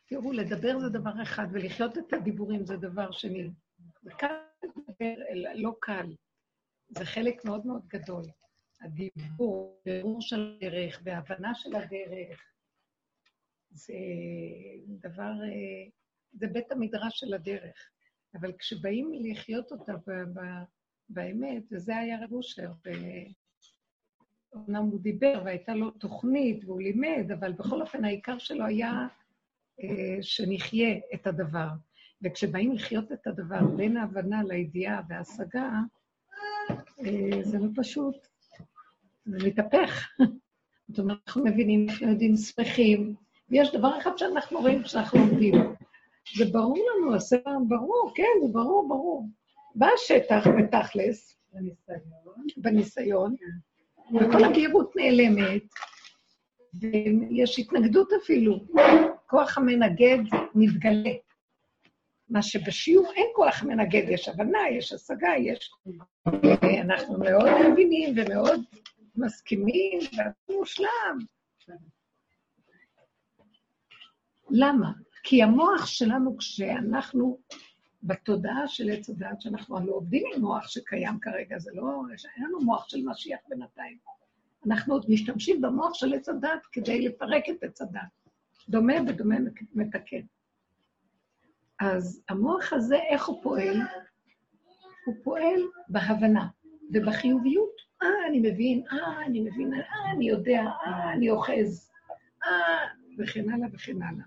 תראו, לדבר זה דבר אחד, ולחיות את הדיבורים זה דבר שני. וכאן לדבר לא קל. זה חלק מאוד מאוד גדול. הדיבור, בירור של הדרך, וההבנה של הדרך, זה דבר, זה בית המדרש של הדרך. אבל כשבאים לחיות אותה באמת, וזה היה רב אושר, אומנם הוא דיבר והייתה לו תוכנית והוא לימד, אבל בכל אופן העיקר שלו היה שנחיה את הדבר. וכשבאים לחיות את הדבר בין ההבנה לידיעה וההשגה, זה לא פשוט, זה מתהפך. זאת אומרת, אנחנו מבינים, אנחנו יודעים, שמחים, ויש דבר אחד שאנחנו רואים כשאנחנו לומדים. זה ברור לנו, הספר ברור, כן, זה ברור, ברור. בא השטח בתכלס, בניסיון, וכל הבהירות נעלמת, ויש התנגדות אפילו. כוח המנגד מתגלה. מה שבשיעור אין כוח מנגד, יש הבנה, יש השגה, יש... אנחנו מאוד מבינים ומאוד מסכימים, ואנחנו מושלם. למה? כי המוח שלנו, כשאנחנו בתודעה של עץ הדעת, שאנחנו לא עובדים עם מוח שקיים כרגע, זה לא... אין לנו מוח של משיח בינתיים. אנחנו עוד משתמשים במוח של עץ הדעת כדי לפרק את עץ הדעת. דומה ודומה מתקן. אז המוח הזה, איך הוא פועל? הוא פועל בהבנה ובחיוביות. אני מבין, אני מבין, אני יודע, אני אוחז, וכן הלאה וכן הלאה.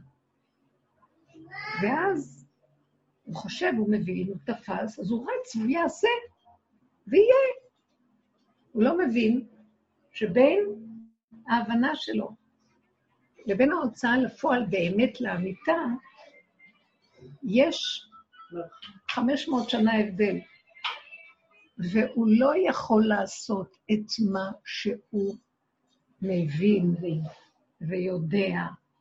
ואז הוא חושב, הוא מבין, הוא תפס, אז הוא רץ ויעשה, ויהיה. הוא לא מבין שבין ההבנה שלו לבין ההוצאה לפועל באמת לאמיתה, יש 500 שנה הבדל, והוא לא יכול לעשות את מה שהוא מבין ויודע.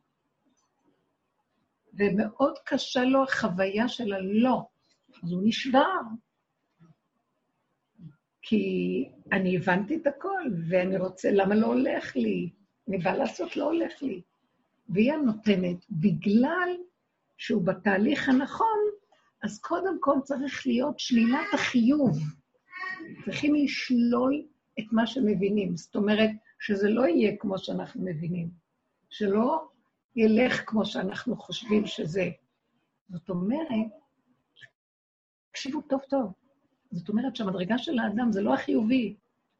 ומאוד קשה לו החוויה של הלא, אז הוא נשבר. כי אני הבנתי את הכל, ואני רוצה, למה לא הולך לי? אני באה לעשות, לא הולך לי. והיא הנותנת, בגלל שהוא בתהליך הנכון, אז קודם כל צריך להיות שלילת החיוב. צריכים לשלול את מה שמבינים. זאת אומרת, שזה לא יהיה כמו שאנחנו מבינים. שלא ילך כמו שאנחנו חושבים שזה. זאת אומרת, תקשיבו טוב טוב. זאת אומרת שהמדרגה של האדם זה לא החיובי,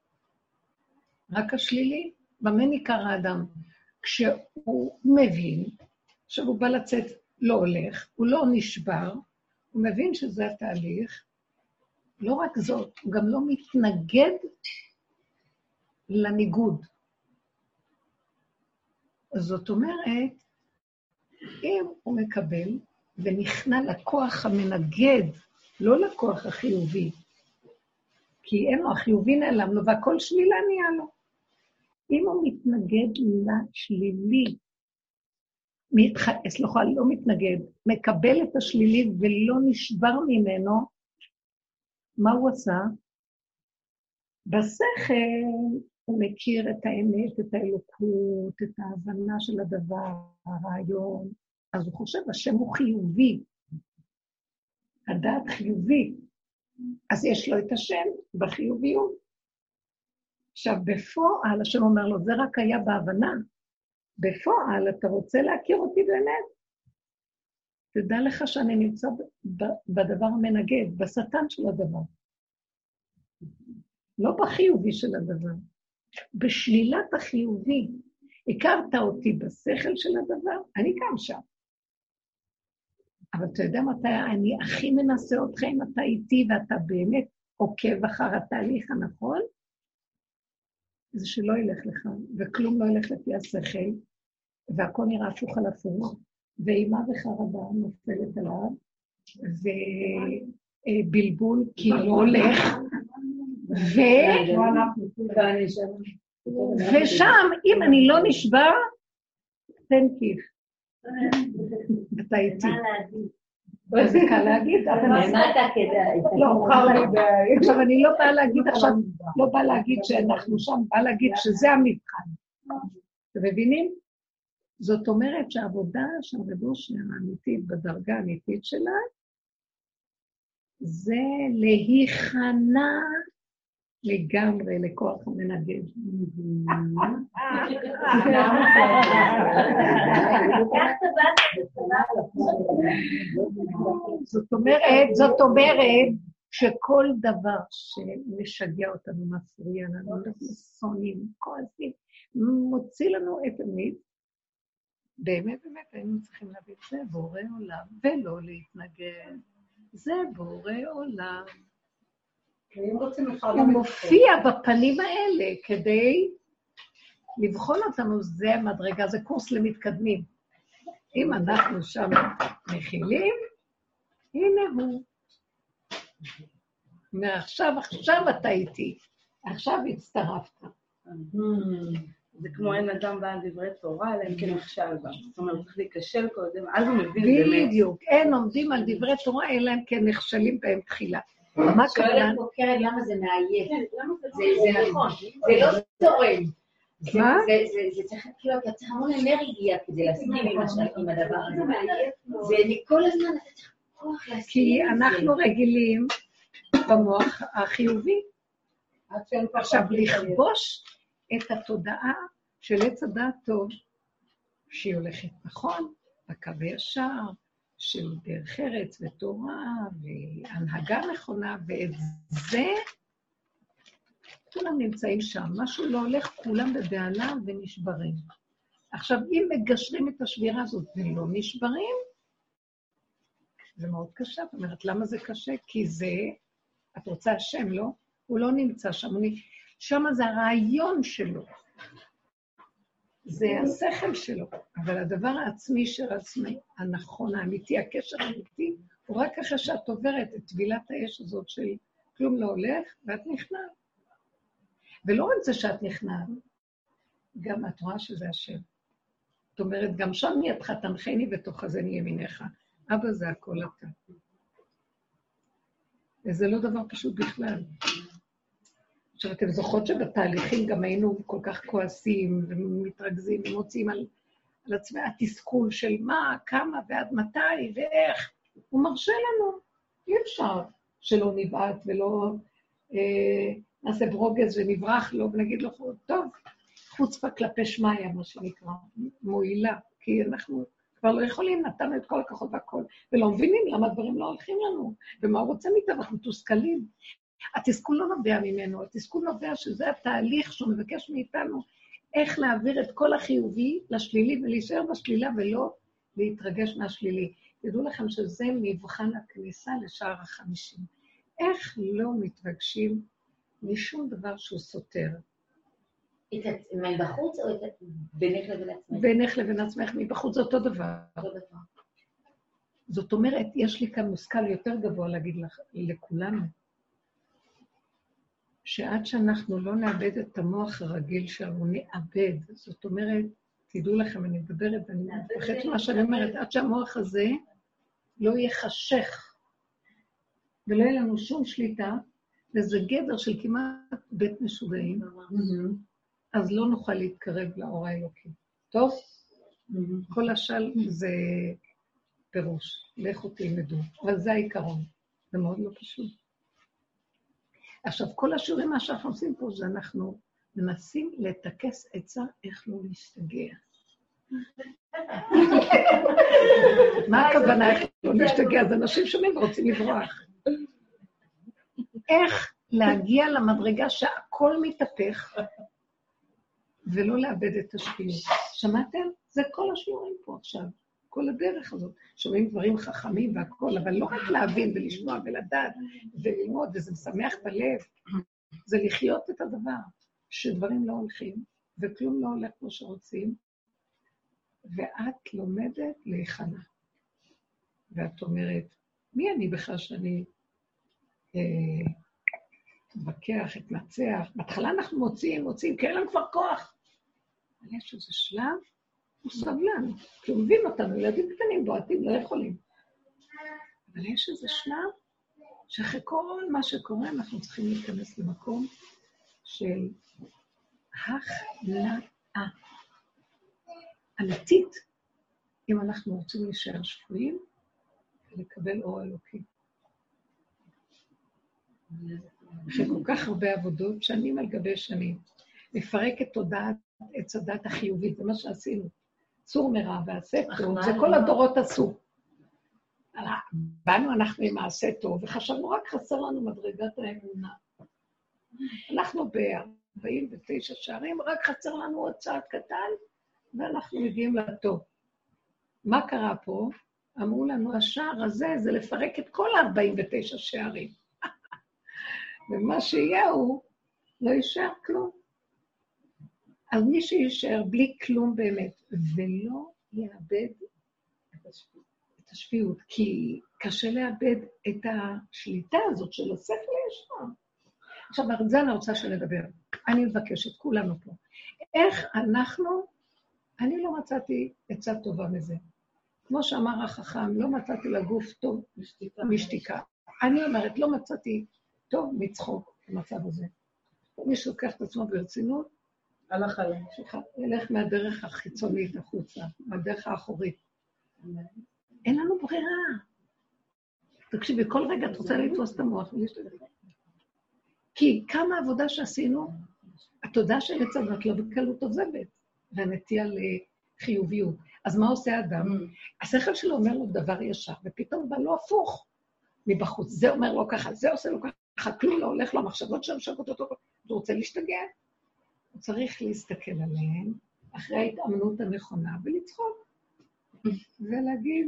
רק השלילי. במה ניכר האדם? כשהוא מבין, שהוא בא לצאת, לא הולך, הוא לא נשבר, הוא מבין שזה התהליך, לא רק זאת, הוא גם לא מתנגד לניגוד. זאת אומרת, אם הוא מקבל ונכנע לכוח המנגד, לא לכוח החיובי, כי אין לו, החיובי נעלם לו, והכל שלילה נהיה לו. אם הוא מתנגד לשלילי, סליחה, לא מתנגד, מקבל את השלילי ולא נשבר ממנו, מה הוא עשה? בשכל הוא מכיר את האמת, את האלוקות, את ההבנה של הדבר, הרעיון, אז הוא חושב, השם הוא חיובי, הדעת חיובי, אז יש לו את השם בחיוביות. עכשיו, בפועל, השם אומר לו, זה רק היה בהבנה, בפועל, אתה רוצה להכיר אותי באמת? תדע לך שאני נמצא בדבר המנגד, בשטן של הדבר. לא בחיובי של הדבר, בשלילת החיובי. הכרת אותי בשכל של הדבר, אני גם שם. אבל אתה יודע מתי אני הכי מנסה אותך אם אתה איתי ואתה באמת עוקב אחר התהליך הנכון? זה שלא ילך לך, וכלום לא ילך לפי השכל, והכל נראה הפוך על הפוך, ואימה וחרדה נופלת עליו, ובלבול כי לא הולך, ושם, אם אני לא נשבר, תן כיף. אתה איתי. זה קל להגיד, אבל לא אוכל להגיד. עכשיו, אני לא באה להגיד עכשיו, לא באה להגיד שאנחנו שם, באה להגיד שזה המבחן. אתם מבינים? זאת אומרת שהעבודה של רב אושר האמיתית, בדרגה האמיתית שלה, זה להיכנע לגמרי לכוח המנגד. זאת אומרת שכל דבר שמשגע אותנו, מפריע לנו, אנחנו שונאים, כועסים, מוציא לנו את המיד, באמת היינו צריכים להביא את זה בורא עולם, ולא להתנגד. זה בורא עולם. הוא מופיע בפנים האלה כדי לבחון אותנו, זה המדרגה, זה קורס למתקדמים. אם אנחנו שם מכילים, הנה הוא. מעכשיו אתה איתי, עכשיו הצטרפת. זה כמו אין אדם בעל דברי תורה, אלא אם כן נכשל בה. זאת אומרת, צריך להיכשל קודם, אז הוא מבין באמת. בדיוק, אין עומדים על דברי תורה, אלא אם כן נכשלים בהם תחילה. מה שואלת פה קרן, למה זה מעייף? זה נכון, זה לא תורם. מה? זה צריך, כאילו, אתה צריך המון אנרגיה כדי להסכים עם הדבר הזה. זה כל הזמן, אתה צריך כוח להסכים. כי אנחנו רגילים במוח החיובי. עכשיו, לכבוש את התודעה של עץ הדעת טוב, שהיא הולכת נכון, בקו הישר, של דרך ארץ ותורה והנהגה נכונה, ואת זה כולם נמצאים שם. משהו לא הולך, כולם בבעלה ונשברים. עכשיו, אם מגשרים את השבירה הזאת ולא נשברים, זה מאוד קשה. זאת אומרת, למה זה קשה? כי זה, את רוצה השם, לא? הוא לא נמצא שם. שם זה הרעיון שלו. זה השכל שלו. אבל הדבר העצמי של עצמי, הנכון, האמיתי, הקשר האמיתי, הוא רק אחרי שאת עוברת את טבילת האש הזאת של כלום לא הולך, ואת נכנעת. ולא רק זה שאת נכנעת, גם את רואה שזה השם. זאת אומרת, גם שם מידך תנחני ותאחזני ימיניך. אבא זה הכל אתה. וזה לא דבר פשוט בכלל. עכשיו, אתם זוכרות שבתהליכים גם היינו כל כך כועסים ומתרכזים ומוצאים על עצמי התסכול של מה, כמה ועד מתי ואיך. הוא מרשה לנו. אי אפשר שלא נבעט ולא נעשה ברוגז ונברח לו ונגיד לו, טוב, חוצפה כלפי שמיה, מה שנקרא, מועילה, כי אנחנו כבר לא יכולים, נתנו את כל הכוחות והכל, ולא מבינים למה הדברים לא הולכים לנו, ומה הוא רוצה מאיתנו, אנחנו תוסכלים. התסכול לא נובע ממנו, התסכול נובע שזה התהליך שהוא מבקש מאיתנו, איך להעביר את כל החיובי לשלילי ולהישאר בשלילה ולא להתרגש מהשלילי. תדעו לכם שזה מבחן הכניסה לשער ה-50. איך לא מתרגשים משום דבר שהוא סותר? מבחוץ או בינך לבין עצמך? בינך לבין עצמך, מבחוץ זה אותו דבר. זאת אומרת, יש לי כאן מושכל יותר גבוה להגיד לכולנו, שעד שאנחנו לא נאבד את המוח הרגיל שלנו, נאבד. זאת אומרת, תדעו לכם, אני מדברת, אני מפחדת מה שאני אומרת, עד שהמוח הזה לא יהיה חשך, ולא יהיה לנו שום שליטה, וזה גדר של כמעט בית משוגעים, אז לא נוכל להתקרב לאור האלוקי. טוב? כל השל זה פירוש, לכו תלמדו, אבל זה העיקרון, זה מאוד לא פשוט. עכשיו, כל השיעורים מה שאנחנו עושים פה, זה אנחנו מנסים לטכס עצה איך לא להשתגע. מה הכוונה איך לא להשתגע? אז אנשים שומעים ורוצים לברוח. איך להגיע למדרגה שהכל מתהפך, ולא לאבד את השפיות. שמעתם? זה כל השיעורים פה עכשיו, כל הדרך הזאת. שומעים דברים חכמים והכל, אבל לא רק להבין ולשמוע ולדעת וללמוד, וזה משמח את הלב. זה לחיות את הדבר, שדברים לא הולכים, וכלום לא הולך כמו שרוצים, ואת לומדת להיכנע. ואת אומרת, מי אני בכלל שאני תבקח, התנצח? בהתחלה אנחנו מוציאים, כי אין לנו כבר כוח. אבל יש איזה שלב, הוא סבלן, כי הוא מבין אותנו, ילדים קטנים בועטים, לא יכולים. אבל יש איזה שלב, שאחרי כל מה שקורה, אנחנו צריכים להיכנס למקום של הכנעה. אמיתית, אם אנחנו רוצים להישאר שפויים, ולקבל אור אלוקי. אחרי כל כך הרבה עבודות, שנים על גבי שנים, לפרק את תודעת, את צדת החיובית, זה מה שעשינו. צור מרע ועשה טוב, זה כל הדורות עשו. באנו אנחנו עם מעשה טוב, וחשבנו רק חסר לנו מדרגת האמונה. אנחנו ב-49 שערים, רק חסר לנו עוד צעד קטן, ואנחנו מגיעים לטוב. מה קרה פה? אמרו לנו, השער הזה זה לפרק את כל ה-49 שערים. ומה שיהיה הוא, לא יישאר כלום. אז מי שישאר בלי כלום באמת, ולא יאבד את השפיות, כי קשה לאבד את השליטה הזאת של השכל הישר. עכשיו, על זה אני רוצה שנדבר. אני מבקשת, כולנו פה. איך אנחנו, אני לא מצאתי עצה טובה מזה. כמו שאמר החכם, לא מצאתי לגוף טוב משתיקה. אני אומרת, לא מצאתי טוב מצחוק במצב הזה. מי שלוקח את עצמו ברצינות, הלך עליהם. ילך מהדרך החיצונית החוצה, מהדרך האחורית. אין לנו ברירה. תקשיבי, כל רגע את רוצה לתפוס את המוח ולהשתגע. כי כמה עבודה שעשינו, התודעה של הצדת לא בקלות עוזבת, והנטייה לחיוביות. אז מה עושה האדם? השכל שלו אומר לו דבר ישר, ופתאום בא לו הפוך מבחוץ. זה אומר לו ככה, זה עושה לו ככה, כלום לא הולך לו, המחשבות שם שגות אותו, הוא רוצה להשתגע. הוא צריך להסתכל עליהם, אחרי ההתאמנות הנכונה, ולצחוק. ולהגיד,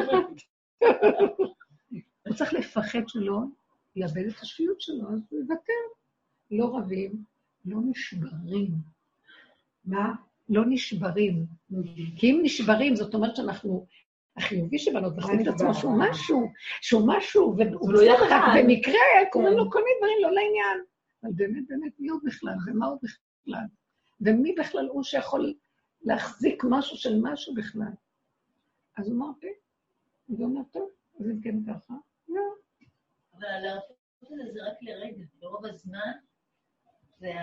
הוא צריך לפחד שלו, לאבד את השפיות שלו, אז הוא יוותר. לא רבים, לא נשברים. מה? לא נשברים. כי אם נשברים, זאת אומרת שאנחנו, החיובי שבנו, תחליט את עצמו שהוא משהו, והוא לא יחד, במקרה, קוראים לו כל מיני דברים, לא לעניין. אבל באמת, מי עוד בכלל, ומה עוד בכלל? ומי בכלל הוא שיכול להחזיק משהו של משהו בכלל? אז הוא אומר, הוא אומר, טוב, אז אם כן ככה, לא. אבל הרפות הזה זה רק לרגע, ברוב הזמן זה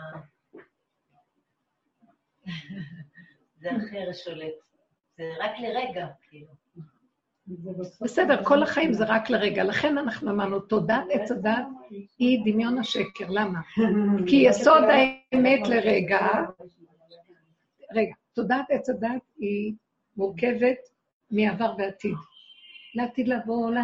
זה אחר שולט, זה רק לרגע, כאילו. בסדר, כל החיים זה רק לרגע, לכן אנחנו אמרנו, תודעת עץ הדת היא דמיון השקר, למה? כי יסוד האמת לרגע, תודעת עץ הדת היא מורכבת מעבר ועתיד. לעתיד לבוא,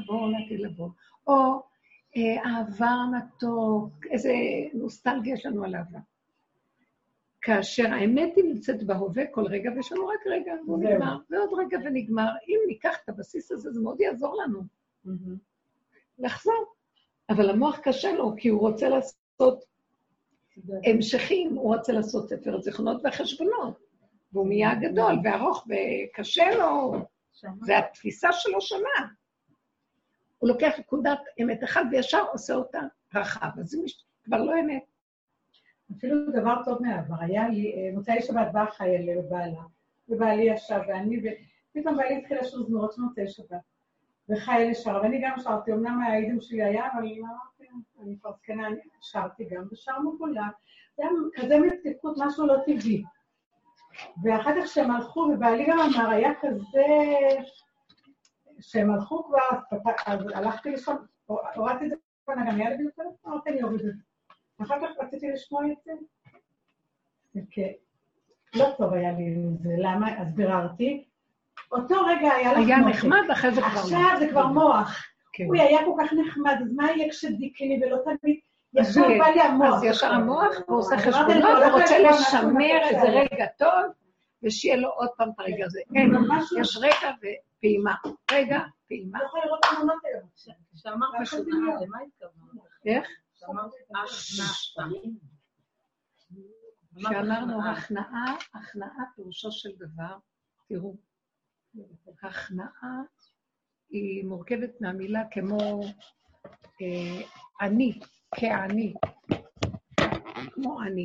או אהבה מתוק, איזה נוסטלגיה יש לנו על אהבה. כאשר האמת היא נמצאת בהווה כל רגע, ויש לנו רק רגע, והוא נגמר, ועוד רגע ונגמר. אם ניקח את הבסיס הזה, זה מאוד יעזור לנו. לחזור. אבל המוח קשה לו, כי הוא רוצה לעשות המשכים, הוא רוצה לעשות ספר הזיכרונות והחשבונות, והוא נהיה גדול וארוך וקשה לו, זה התפיסה שלו שונה. הוא לוקח נקודת אמת אחד וישר עושה אותה רחב, אז זה כבר לא אמת. אפילו דבר טוב מעבר, היה לי, מוצאי שבת בא חייל לבעלה, ובעלי ישב ואני, ופתאום בעלי התחיל לשיר זמורות של מוצאי שבת, וחייל ישר, ואני גם שרתי, אמנם העידים שלי היה, אבל אני כבר זקנה, אני שרתי גם, ושרנו כולה, זה היה כזה מתקפות, משהו לא טבעי. ואחר כך שהם הלכו, ובעלי גם אמר, היה כזה, שהם הלכו כבר, אז הלכתי לשם, הורדתי את זה, גם היה לי ביותר, אמרתי אני אוריד את זה. אחר כך רציתי לשמוע את זה, לא טוב היה לי עם זה, למה? אז ביררתי, אותו רגע היה לך מוח. היה נחמד, אחרי זה כבר מוח. עכשיו זה כבר מוח. הוא היה כל כך נחמד, אז מה יהיה כשדיקני ולא תמיד? ישר בא לי המוח. אז ישר המוח, הוא עושה חשבונות, הוא רוצה לשמר איזה רגע טוב, ושיהיה לו עוד פעם את הרגע הזה. אין, יש רגע ופעימה. רגע, פעימה. לא יכולה לראות תמונות היום. שאמרת שזה, למה התכוונו? איך? שאמרנו הכנעה פירושו של דבר, תראו, הכנעה היא מורכבת מהמילה כמו אני, כעני, כמו אני.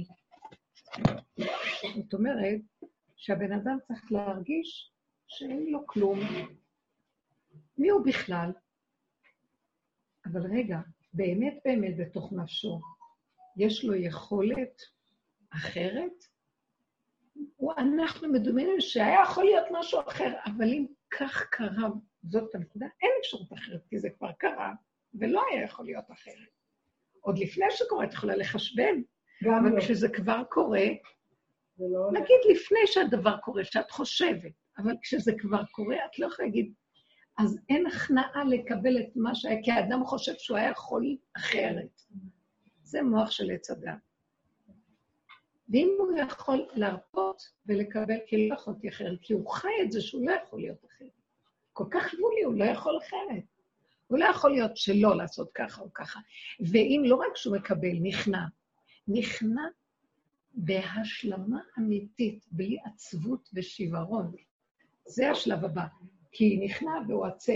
זאת אומרת שהבן אדם צריך להרגיש שאין לו כלום. מי הוא בכלל? אבל רגע, באמת בתוך נפשו, יש לו יכולת אחרת אנחנו מדומיינים שהיה יכול להיות משהו אחר, אבל אם כך קרה, זאת הנקודה, אין אפשרות אחרת, כי זה כבר קרה, ולא היה יכול להיות אחרת. עוד לפני שקורה, את יכולה לחשבן, אבל כשזה כבר קורה, נגיד לפני שהדבר קורה, שאת חושבת, אבל כשזה כבר קורה, את לא יכולה להגיד, אז אין הכנעה לקבל את מה שהיה, כי האדם חושב שהוא היה יכול אחרת. זה מוח של עץ הדת. ואם הוא יכול להרפות ולקבל, כי לא יכולתי אחרת, כי הוא חי את זה שהוא לא יכול להיות אחרת. כל כך גבולי, הוא לא יכול אחרת. הוא לא יכול להיות שלא לעשות ככה או ככה. ואם לא רק שהוא מקבל, נכנע בהשלמה אמיתית, בלי עצבות ושברון. זה השלב הבא. כי נכנע והוא עצב.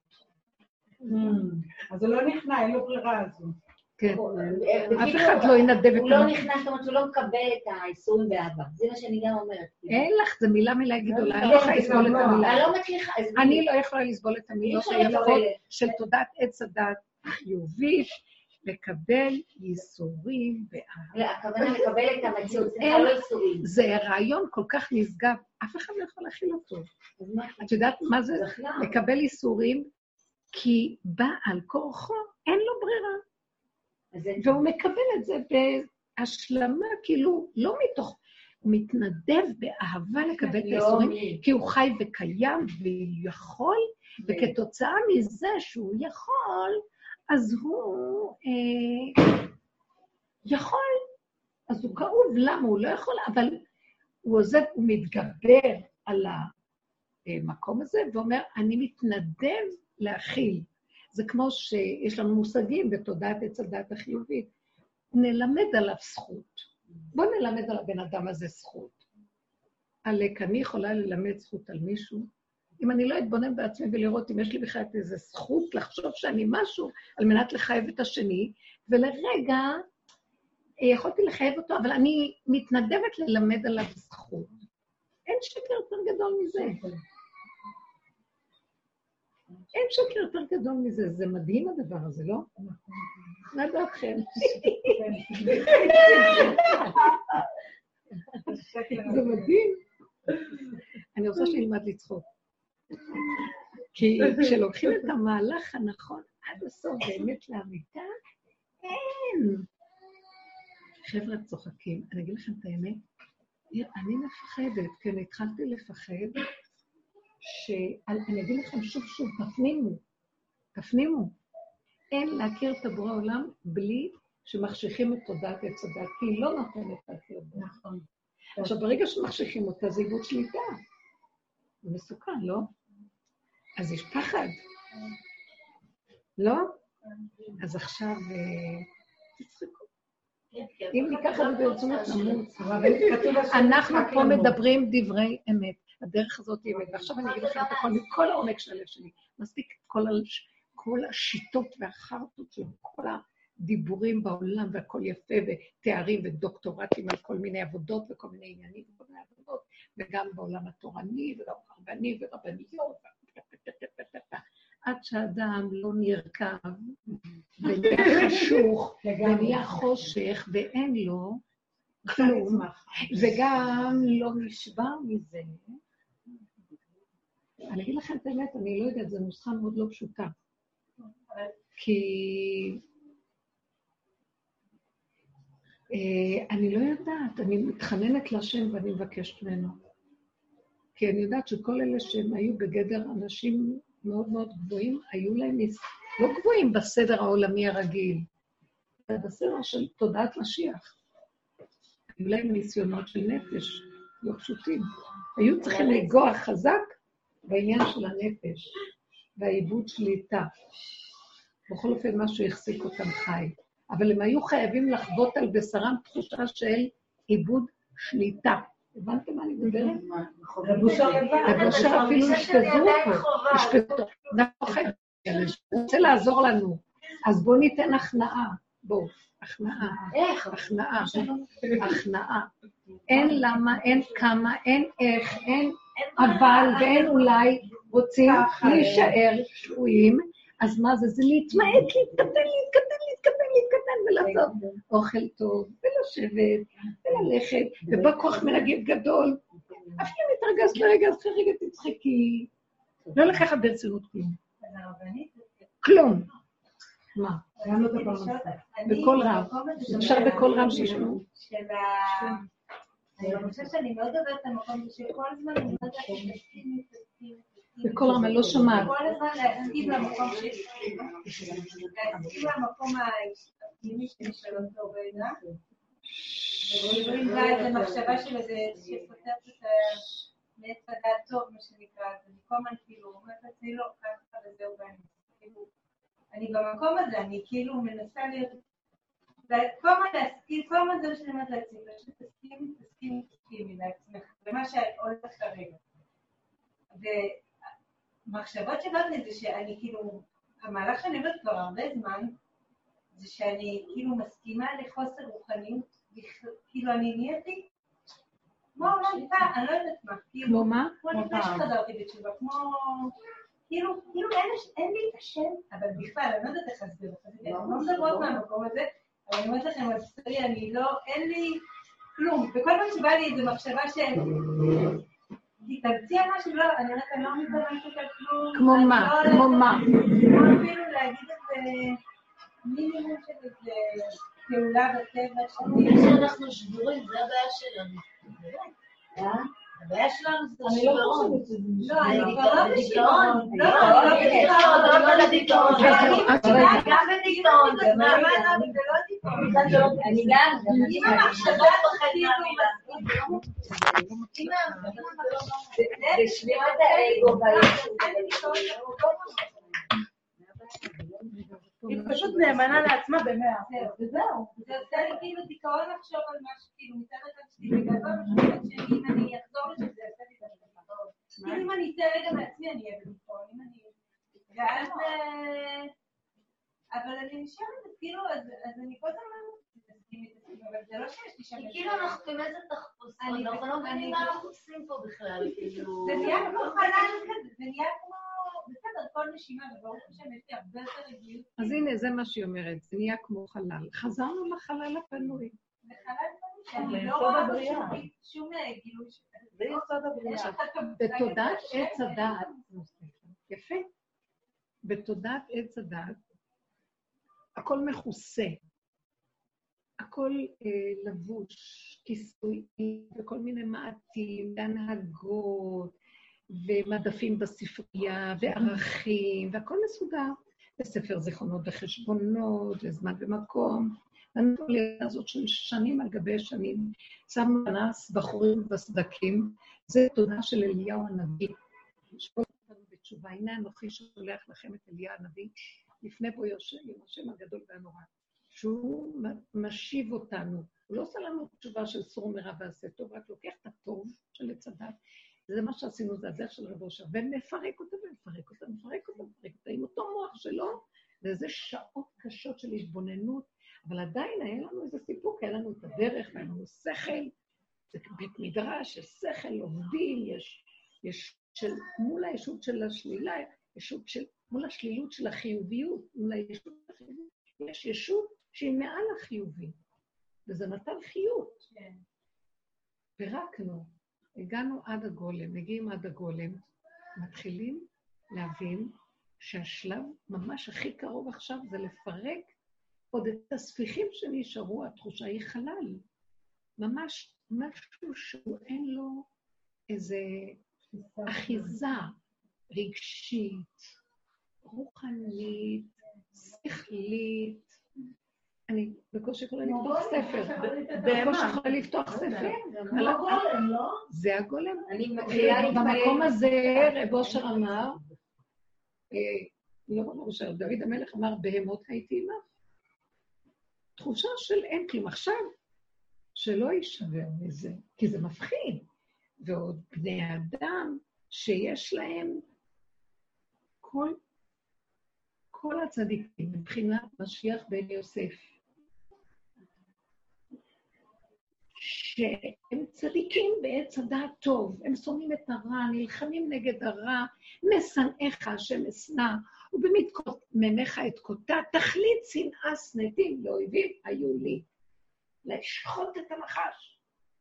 אז הוא לא נכנע, אין לו ברירה הזו. כן. אף אחד לא ינדב את הוא לא נכנע, זאת אומרת, הוא לא מקבל את האיסורים באהבה. זה מה שאני גם אומרת. אין לך, זה מילה גדולה. אני לא יכולה לסבול את המילה. אני לא יכולה לסבול את המילות היפות של תודעת עץ הדת חיובית, לקבל ייסורים באהבה. הכוונה לקבל את המציאות, זה לא ייסורים. זה רעיון כל כך נשגב, אף אחד לא יכול להכיל אותו. את יודעת מה זה? לקבל ייסורים, כי בעל כורחו אין לו ברירה. והוא מקבל את זה בהשלמה, כאילו, לא מתוך, הוא מתנדב באהבה לקבל את הייסורים, כי הוא חי וקיים ויכול, וכתוצאה מזה שהוא יכול, אז הוא יכול, אז הוא כאוב, למה? הוא לא יכול, אבל הוא עוזב, הוא מתגבר על המקום הזה, ואומר, אני מתנדב להכיל. זה כמו שיש לנו מושגים בתודעת עץ הדת החיובית. נלמד עליו זכות. בוא נלמד על הבן אדם הזה זכות. עלק, אני יכולה ללמד זכות על מישהו? אם אני לא אתבונן בעצמי ולראות אם יש לי בכלל איזו זכות לחשוב שאני משהו, על מנת לחייב את השני, ולרגע יכולתי לחייב אותו, אבל אני מתנדבת ללמד עליו זכות. אין שקר יותר גדול מזה. אין שקר יותר גדול מזה, זה מדהים הדבר הזה, לא? מה דעתכם? זה מדהים. אני רוצה שנלמד לצחוק. כי כשלוקחים את המהלך הנכון עד הסוף באמת לאמיתה, אין. חבר'ה צוחקים, אני אגיד לכם את האמת, אני מפחדת, כן, התחלתי לפחד, שאני אגיד לכם שוב, תפנימו. אין להכיר את הבורא עולם בלי שמחשיכים את תודעת עץ הדת, כי היא לא נותנת להכיר את זה. נכון. עכשיו, ברגע שמחשיכים אותה, זה איבוד שליטה. זה מסוכן, לא? אז יש פחד. לא? אז עכשיו, תצחקו. אם ניקח את זה ברצונות נמות, אנחנו פה מדברים דברי אמת. הדרך הזאת היא אמת, ועכשיו אני אגיד לכם את הכל מכל העומק של הלב שלי. מספיק כל השיטות והחרטות של כל הדיבורים בעולם, והכל יפה, ותארים ודוקטורטים על כל מיני עבודות וכל מיני עניינים וכל מיני עבודות, וגם בעולם התורני, וגם רבני ורבניות, עד שהאדם לא נרכב, ונהיה חשוך, ונהיה חושך, ואין לו כלום, וגם לא נשבר מזה. אני אגיד לכם את האמת, אני לא יודעת, זו נוסחה מאוד לא פשוטה. כי אני לא יודעת, אני מתחננת לשם ואני מבקשת ממנו. כי אני יודעת שכל אלה שהם היו בגדר אנשים מאוד מאוד גבוהים, היו להם, לא גבוהים בסדר העולמי הרגיל, אלא בסדר של תודעת משיח. היו להם ניסיונות של נפש, לא פשוטים. היו צריכים לגוע חזק בעניין של הנפש, והעיבוד שליטה. בכל אופן משהו יחזיק אותם חי. אבל הם היו חייבים לחוות על בשרם תחושה של עיבוד שליטה. הבנתם מה אני מדברת? הבושה אפילו השפזו אותו. הוא רוצה לעזור לנו. אז בואו ניתן הכנעה. בואו, הכנעה. הכנעה. אין למה, אין כמה, אין איך, אין אבל ואין אולי רוצים להישאר שבויים. אז מה זה? זה להתמעט, להתקטן ולעשות אוכל טוב, ולשבת, וללכת, ובא כוח מנגד גדול. אפילו מתרגזת לרגע, אז רגע תצחקי. לא לקחת ברצינות כלום. כלום. מה? גם לא דבר נוסף. בכל רם. אפשר בכל רם שישמעו. אני חושבת שאני מאוד אוהבת את המקום הזה שכל הזמן אני יודעת להסכים. בכל רם, אני לא שומעת. כל הזמן להסכים למקום שלי. להסכים למקום הפנימי שלי של אותו רגע. וכאילו אם באה איזו מחשבה של איזה שפותרת את מעץ הדעת טוב, מה שנקרא, אז אני כל הזמן כאילו אומרת לעצמי לא, ככה וזהו ואני. אני במקום הזה, אני כאילו מנסה להיות, כל הזמן להסכים, כל הזמן זה מה שאני אומרת לעצמי, פשוט תסכימי לעצמך, ומה שהולך כרגע. ומחשבות שבאת לי זה שאני כאילו, המהלך שאני עובדת כבר הרבה זמן, זה שאני כאילו מסכימה לחוסר רוחניות, כאילו אני נהייתי, כמו אולי פעם, אני לא יודעת מה, כמו מה? כמו לפני שחזרתי בתשובה, כמו, כאילו אין לי את השם, אבל בכלל, אני לא יודעת איך להסביר לך, אני לא מדברות מהמקום הזה, אבל אני אומרת לכם, בסטרי, אני לא, אין לי כלום, וכל פעם שבא לי איזו מחשבה תתאמצי על משהו, לא, אני אומרת, אני לא מתאמצת על כלום. כמו מה? כמו מה? כמו אפילו להגיד את זה, מינימום של איזה פעולה בטבע שלי. שאנחנו שבורים, זה הבעיה שלנו. הבעיה שלנו זה שיגרון. לא, אני כבר לא בשיגרון. לא בדיכאון. גם בדיכאון. זה לא דיכאון. אני גם. אם המחשבה זה שמירת האגו היא פשוט נאמנה לעצמה ב100%. וזהו. זה עושה לי כאילו דיכאון לחשוב על משהו, כאילו מצד אחד שלי בגדול, משהו שאם אני אחזור לשם זה עושה לי דיכאון. כאילו אם אני אצא רגע מעצמי אני אהיה בדיכאון. ואז... אבל אני נשארת, כאילו, אז אני כל הזמן אבל זה לא שיש לי שם... כאילו אנחנו כמזת תחפושות, אנחנו לא מבינים מה אנחנו עושים פה בכלל, כאילו... זה נהיה כמו חלל כזה, זה נהיה כמו... בסדר, כל נשימה, וברוך השם, יש לי הרבה יותר רגילות. אז הנה, זה מה שהיא אומרת, זה נהיה כמו חלל. חזרנו לחלל הפנוי. זה חלל פנוי, שאני לא רואה שום גילוי שכזה. זה יסוד הבריאה. בתודעת עץ הדעת, יפה, בתודעת עץ הדעת, הכל מכוסה, הכל לבוש, כיסוי, וכל מיני מעטים, והנהגות, ומדפים בספרייה, וערכים, והכל מסודר. בספר זיכרונות וחשבונות, וזמן ומקום. ואנחנו לידה הזאת של שנים על גבי שנים, שמנו פנס בחורים בסדקים, זה תודה של אליהו הנביא. שפות אותנו בתשובה, הנה אנוכי שולח לכם את אליהו הנביא, לפני בו יושב, עם השם הגדול והנורא, שהוא משיב אותנו. הוא לא עושה לנו תשובה של סור מרע ועשה טוב, רק לוקח את הטוב של עץ הדת. זה מה שעשינו, זה הדרך של רב אושר, ומפרק אותה, עם אותו מוח שלו, וזה שעות קשות של התבוננות, אבל עדיין היה לנו איזה סיפוק, היה לנו את הדרך, והיה לנו שכל, זה בית מדרש, יש שכל, עובדים, יש מול הישות של השלילה, מול השלילות של החיוביות, מול הישות של החיוביות, יש ישות שהיא מעל החיובי, וזה נתן חיות. פירקנו, הגענו עד הגולם, מגיעים עד הגולם, מתחילים להבין שהשלב ממש הכי קרוב עכשיו זה לפרק עוד את הספיחים שנשארו, התחושה היא חלל. ממש משהו שהוא אין לו איזה אחיזה רגשית, רוחנית, שכלית. אני בקושי יכולה לפתוח ספר. בקושי יכולה לפתוח ספר. זה הגולם. במקום הזה רב אושר אמר, לא רב אושר, דוד המלך אמר, בהמות הייתי עמך. תחושה של אין כלום. עכשיו, שלא יישבר מזה, כי זה מפחיד. ועוד בני אדם שיש להם כל הצדיקים, מבחינת משיח בן יוסף, שהם צדיקים בעץ הדעת טוב, הם שונאים את הרע, נלחמים נגד הרע, משנאיך השם אשנא, ובמתקוממיך אתקוטה, תכלית שנאה שנאתים לאויבים היו לי. לשחוט את הנחש.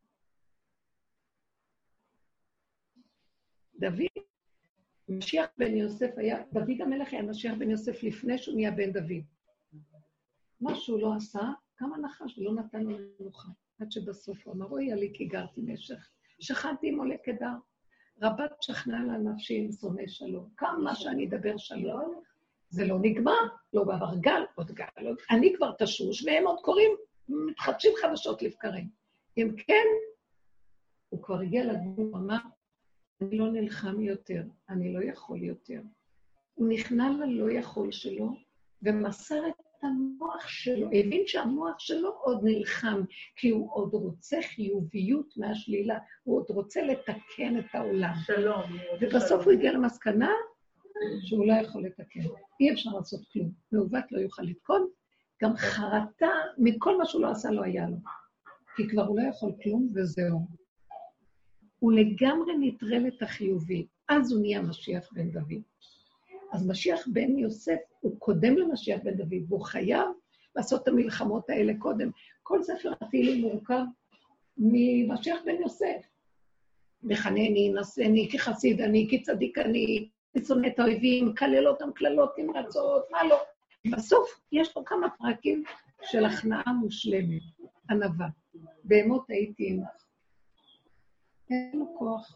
דוד, משיח בן יוסף היה, דוד המלך היה משיח בן יוסף לפני שהוא נהיה בן דוד. מה שהוא לא עשה, כמה נחש ולא נתן לו מנוחה. עד שבסוף הוא אמר, אוי עלי כי גרתי משך, שכנתי עם עולה כדר, רבת שכנה לה נפשי עם שונא שלום, כמה שאני אדבר שלום, זה לא נגמר, לא בעבר גל, עוד גל, אני כבר תשוש, והם עוד קוראים, מתחדשים חדשות לבקרים. אם כן, הוא כבר הגיע לגבול, הוא אמר, אני לא נלחם יותר, אני לא יכול יותר. הוא נכנע ללא יכול שלו, ומסר את המוח שלו, הבין שהמוח שלו עוד נלחם, כי הוא עוד רוצה חיוביות מהשלילה, הוא עוד רוצה לתקן את העולם. שלום. ובסוף הוא הגיע למסקנה שהוא לא יכול לתקן. אי אפשר לעשות כלום. מעוות לא יוכל לתקון, גם חרטה מכל מה שהוא לא עשה לא היה לו. כי כבר הוא לא יכול כלום וזהו. הוא לגמרי נטרל את החיובי. אז הוא נהיה משיח בן דוד. אז משיח בן יוסף הוא קודם למשיח בן דוד, והוא חייב לעשות את המלחמות האלה קודם. כל ספר התהילים מורכב ממשיח בן יוסף. מחנני, נשני, כחסיד אני, כצדיק אני, שונא את האויבים, כלל אותם כללות נמרצות, מה לא. בסוף יש לו כמה פרקים של הכנעה מושלמת, ענווה. בהמות הייתי עמך. אין לו כוח.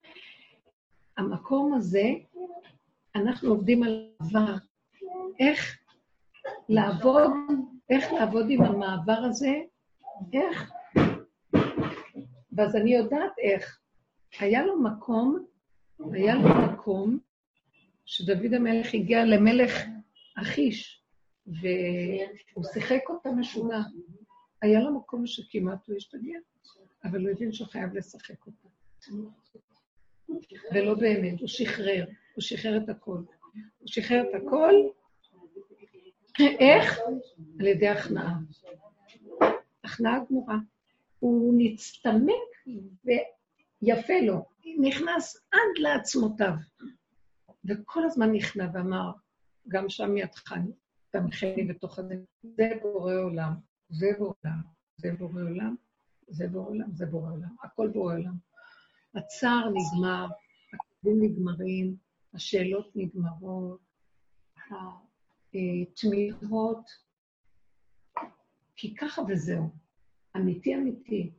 המקום הזה, אנחנו עובדים על עבר. איך לעבוד עם המעבר הזה, איך. ואז אני יודעת איך. היה לו מקום שדוד המלך הגיע למלך אחיש, והוא שיחק אותה משונה. היה לו מקום שכמעט הוא השתגע, אבל הוא הבין שהוא חייב לשחק אותה. ולא באמת, הוא שחרר את הכל. הוא שחרר את הכל, איך? על ידי הכנעה. הכנעה גמורה. הוא נצטמק ויפה לו, נכנס עד לעצמותיו. וכל הזמן נכנע ואמר, גם שם ידך תמכני בתוך הזה, זה בורא עולם, זה בורא עולם, זה בורא עולם, זה בורא עולם, זה בורא עולם, הכל בורא עולם. הצער נגמר, הכתבים נגמרים, השאלות נגמרות, התמיהות, כי ככה וזהו, אמיתי.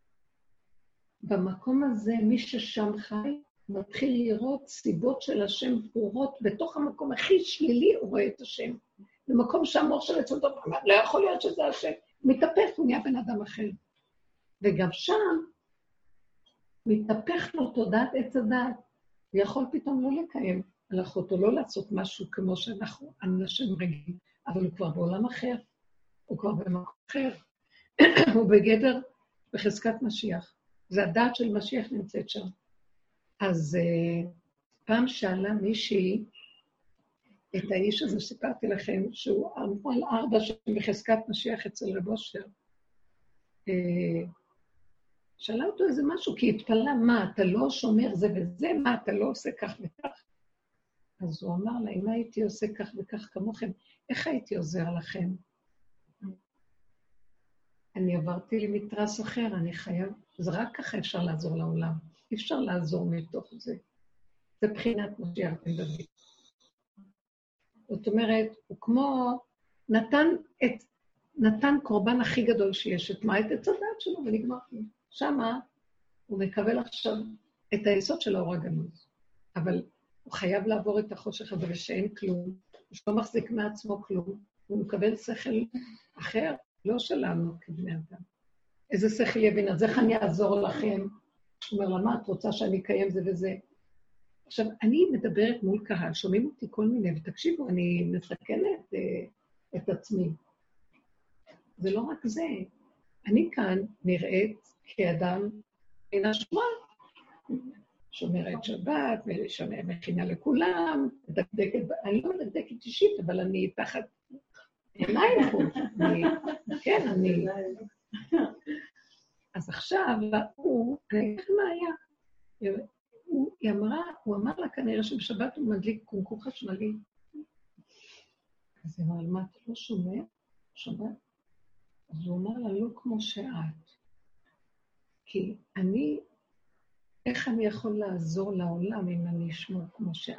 במקום הזה, מי ששם חי, מתחיל לראות סיבות של השם ברורות, בתוך המקום הכי שלילי הוא רואה את השם. במקום שהמוח של עצמו טוב, לא יכול להיות שזה השם. הוא מתהפך, הוא נהיה בן אדם אחר. וגם שם, מתהפך לו תודעת עץ הדעת. הוא יכול פתאום לא לקיים הלכות, או לא לעשות משהו כמו שאנחנו אנשים רגילים, אבל הוא כבר בעולם אחר. הוא כבר במקום אחר. הוא בגדר בחזקת משיח. זה הדעת של משיח נמצאת שם. אז פעם שאלה מישהי את האיש הזה שסיפרתי לכם, שהוא אמרו על 4 שנים בחזקת משיח אצל רב אושר. שאלה אותו איזה משהו, כי התפלה, מה, אתה לא שומר זה וזה, מה, אתה לא עושה כך וכך? אז הוא אמר לה, אם הייתי עושה כך וכך כמוכם, איך הייתי עוזר לכם? אני עברתי למתרס אחר, אני חייב, זה רק ככה אפשר לעזור לעולם. אי אפשר לעזור מתוך זה. זה בחינת משיח בן דוד. זאת אומרת, הוא כמו נתן קורבן הכי גדול שיש, את מה? את הצדד שלו, ונגמר. שמה הוא מקבל עכשיו את היסוד של האור הגנוז. אבל הוא חייב לעבור את החושך הזה ושאין כלום, הוא לא מחזיק מעצמו כלום, הוא מקבל שכל אחר, לא שלנו כבני אדם. איזה שכל יבין, אז איך אני אעזור לכם? הוא אומר לה, מה את רוצה שאני אקיים זה וזה? עכשיו, אני מדברת מול קהל, שומעים אותי כל מיני, ותקשיבו, אני מסכנת את עצמי. זה לא רק זה. אני כאן נראית כאדם מן השמוע, שומרת שבת, מכינה לכולם, מדקדקת, אני לא מדקדקת אישית, אבל אני תחת עיניים פה. כן, אני... אז עכשיו, אני אגיד מה היה. הוא אמר לה כנראה שבשבת הוא מדליק קומקום חשמלי. אז היא אמרה, מה, אתה לא שומע? שומע? אז הוא אמר לה, לא כמו שאת. כי איך אני יכול לעזור לעולם אם אני אשמור כמו שאת?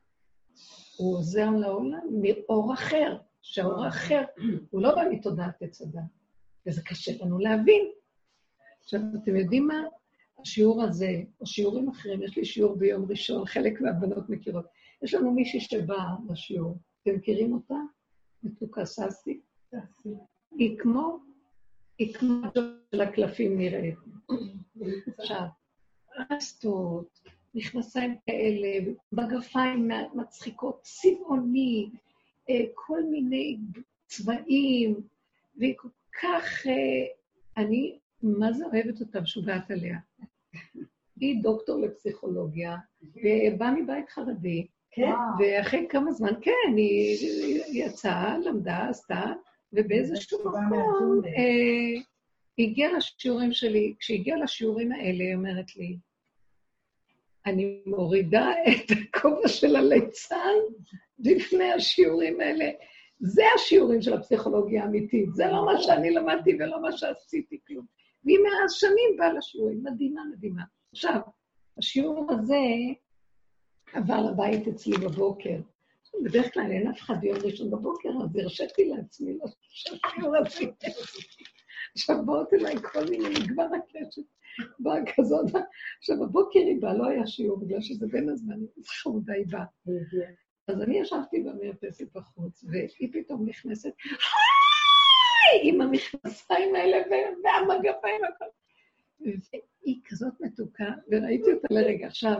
הוא עוזר לעולם מאור אחר, שהאור האחר הוא לא בא מתודעת הצדה, וזה קשה לנו להבין. עכשיו, אתם יודעים מה? השיעור הזה, או שיעורים אחרים, יש לי שיעור ביום ראשון, חלק מהבנות מכירות. יש לנו מישהי שבאה לשיעור, אתם מכירים אותה? מתוקה ססי. היא כמו של הקלפים נראית. עכשיו, רסטות, מכנסיים כאלה, מגפיים מצחיקות, צבעוני, כל מיני צבעים, והיא כל כך, אני מה זה אוהבת אותה משוגעת עליה. היא דוקטור לפסיכולוגיה, ובאה מבית חרדי, ואחרי כמה זמן, כן, היא יצאה, למדה, עשתה, ובאיזשהו מקום, היא הגיעה לשיעורים שלי, כשהגיעה לשיעורים האלה, היא אומרת לי, אני מורידה את הכובע של הליצן לפני השיעורים האלה. זה השיעורים של הפסיכולוגיה האמיתית, זה לא מה שאני למדתי ולא מה שעשיתי כלום. והיא מאז שנים באה לשיעורים, מדהימה, מדהימה. עכשיו, השיעור הזה עבר לבית אצלי בבוקר. בדרך כלל אין אף אחד יום ראשון בבוקר, אז הרשיתי לעצמי לשיעור הזה. עכשיו באות אליי כל מיני מגוון הקשת, באה כזאת. עכשיו בבוקר היא באה, לא היה שיעור, בגלל שזה בין הזמנים, זה חמודה היא באה. אז אני ישבתי במרפסת בחוץ, והיא פתאום נכנסת, עם המכנסיים האלה והמגפיים הכל. והיא כזאת מתוקה, וראיתי אותה לרגע. עכשיו,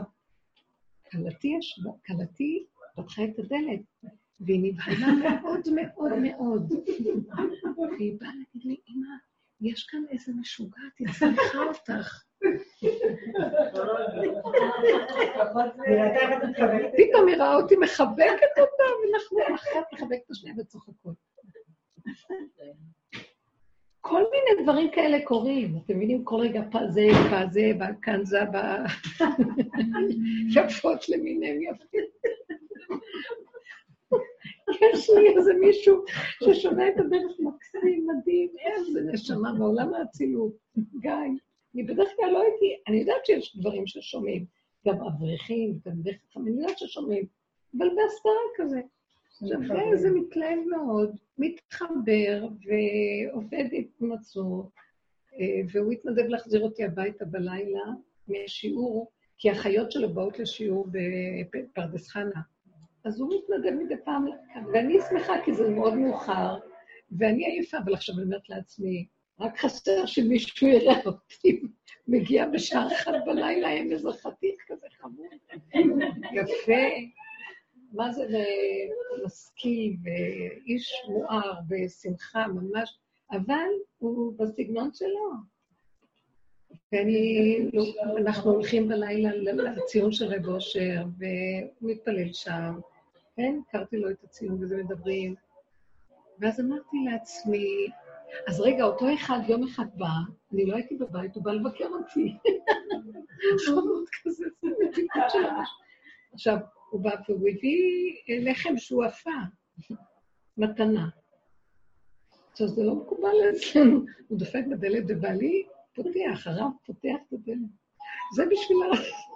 קלתי פתחה את הדלת, והיא נבהלה מאוד מאוד מאוד. והיא באה להגיד לי, אמא, יש כאן איזה משוגעת, היא צריכה אותך. פתאום היא ראה אותי מחבקת אותה, ואנחנו אחת מחבקת את השנייה וצוחקות. כל מיני דברים כאלה קורים, אתם מבינים, כל רגע זה, כאן זה, יפות למיניהם יפים. יש לי איזה מישהו ששומע את הדרך מקסים, מדהים, איזה נשמה בעולם האצילות, גיא. אני בדרך כלל לא הייתי, אני יודעת שיש דברים ששומעים, גם אברכים, גם דרך אני יודעת ששומעים, אבל בהסתרה כזה. עכשיו, זה מתלהב מאוד, מתחבר ועובד עם עצמו, והוא התנדב להחזיר אותי הביתה בלילה מהשיעור, כי האחיות שלו באות לשיעור בפרדס חנה. אז הוא מתנדב מדי פעם, ואני שמחה כי זה מאוד מאוחר, ואני עייפה, אבל עכשיו אני אומרת לעצמי, רק חסר שמישהו יראה אותי, מגיע בשעה 1 בלילה, עם איזה חתיך כזה חמור. יפה. מה זה משכיל ואיש מואר ושמחה ממש, אבל הוא בסגנון שלו. ואנחנו הולכים בלילה לציון של רב אושר, והוא מתפלל שם, כן? הכרתי לו את הציון וזה מדברים. ואז אמרתי לעצמי, אז רגע, אותו אחד יום אחד בא, אני לא הייתי בבית, הוא בא לבקר אותי. חמוד כזה, זה מתיקות של ממש. עכשיו, הוא בא והוא הביא לחם שהוא עפה, מתנה. עכשיו, זה לא מקובל אצלנו. הוא דופק בדלת ובעלי פותח, הרב פותח את הדלת. זה בשבילה.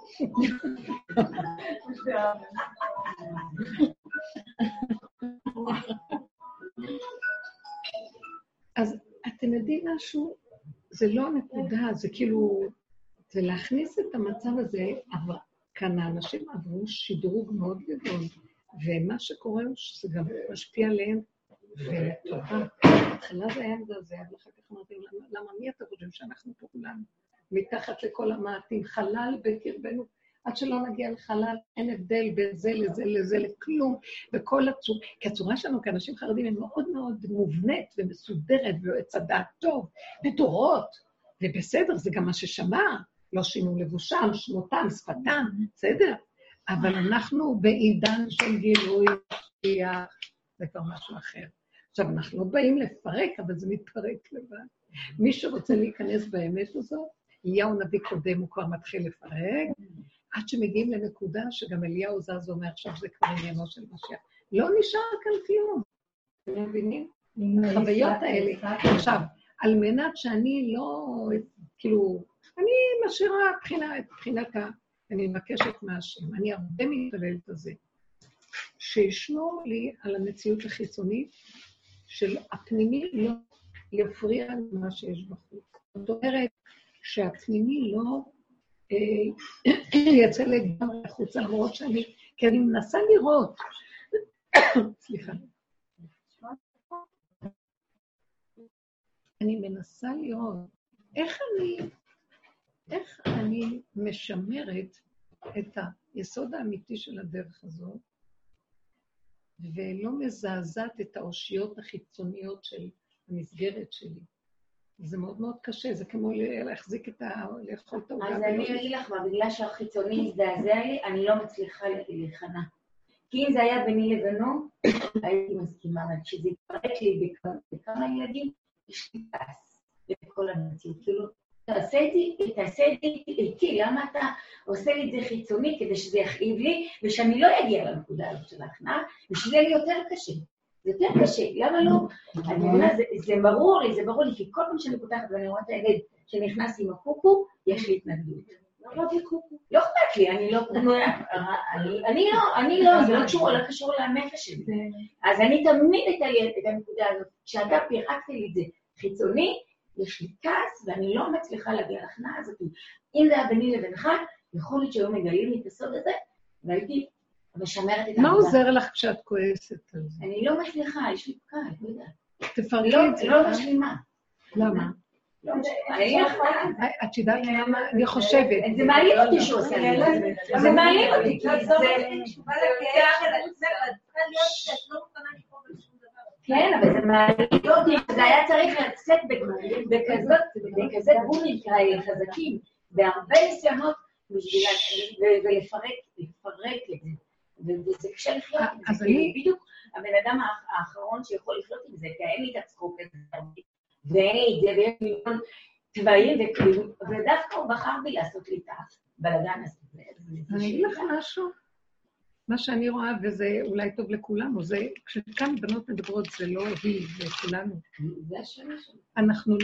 אז אתם יודעים משהו? זה לא נקודה, זה כאילו, זה להכניס את המצב הזה, אבל כאן האנשים עברו שדרוג מאוד גדול, ומה שקורה הוא שזה גם משפיע עליהם, ולטובה. התחילה זה היה מזעזע, ואחר כך אמרתי, למה מי אתה חושבים שאנחנו פה כולנו? מתחת לכל המעטים, חלל בקרבנו, עד שלא נגיע לחלל, אין הבדל בין זה לזה לזה לכלום, וכל הצורה, כי הצורה שלנו כאנשים חרדים היא מאוד מאוד מובנית ומסודרת, ויועץ הדעת טוב, ודורות, ובסדר, זה גם מה ששמע, לא שינו לבושם, שמותם, שפתם, בסדר? אבל אנחנו בעידן של גילוי, זה כבר משהו אחר. עכשיו, אנחנו לא באים לפרק, אבל זה מתפרק לבד. מי שרוצה להיכנס באמת הזאת, אליהו נביא קודם, הוא כבר מתחיל לפרק, עד שמגיעים לנקודה שגם אליהו זז אומר, עכשיו זה כבר עניינו של משיח. לא נשאר כאן כלום. אתם מבינים? החוויות האלה. עכשיו, על מנת שאני לא, כאילו, אני משאירה בחינת אני מבקשת מהשם, אני הרבה מתפללת על זה, שישנו לי על המציאות החיצונית של הפנימי לא יפריע למה שיש בחוץ. זאת אומרת שהפנימי לא יצא לגמרי החוצה, למרות שאני, כי אני מנסה לראות, סליחה, אני מנסה לראות איך אני משמרת את היסוד האמיתי של הדרך הזאת, ולא מזעזעת את האושיות החיצוניות של המסגרת שלי. זה מאוד מאוד קשה, זה כמו להחזיק לאכול את העוגה. אז אני אגיד לך מה, בגלל שהחיצוני מזדעזע לי, אני לא מצליחה להיכנע. כי אם זה היה ביני לבינו, הייתי מסכימה, אבל כשזה יתפרק לי בכמה ילדים, יש לי כעס בכל המציאות. כאילו, תעשה איתי, למה אתה עושה לי את זה חיצוני כדי שזה יכאיב לי, ושאני לא אגיע לנקודה הזאת של ההכנעה, ושזה יהיה לי יותר קשה. זה יותר קשה, למה לא? אני אומרת, זה ברור לי, כי כל פעם שאני פותחת ואני רואה את הילד שנכנס עם הקוקו, יש לי התנגדות. לא אכפת לי, אני לא, זה לא קשור לנפש שלי. אז אני תמיד את הנקודה הזאת, כשאתה פירקת לי את זה חיצוני, יש לי כעס ואני לא מצליחה להגיע להכנעה הזאת. אם זה היה ביני לבינך, יכול להיות שהיו מגלים לי את הסוד הזה, והייתי משמרת את מה עוזר לך כשאת כועסת על זה? אני לא מצליחה, יש לי פקע, לא יודעת. תפרקי את זה. לא משלימה. למה? את יודעת למה? אני חושבת. זה מעלים אותי שהוא עושה לי. זה מעלים אותי, כי זה... כן, אבל זה מעלים אותי, זה היה צריך לצאת בכזה בונים כאלה חזקים, בהרבה ניסיונות ולפרק את זה. וזה קשה לחיות עם זה, כי בדיוק הבן אדם האחרון שיכול לחיות עם זה, כי אין לי את הצחוק הזה, ואין לי את זה, ויש מיליון טבעים וכלים, ודווקא הוא בחר בי לעשות לי את הבלגן הזה. אני אגיד לך משהו, מה שאני רואה, וזה אולי טוב לכולנו, זה כשכאן בנות מדברות זה לא היא, זה כולנו. אנחנו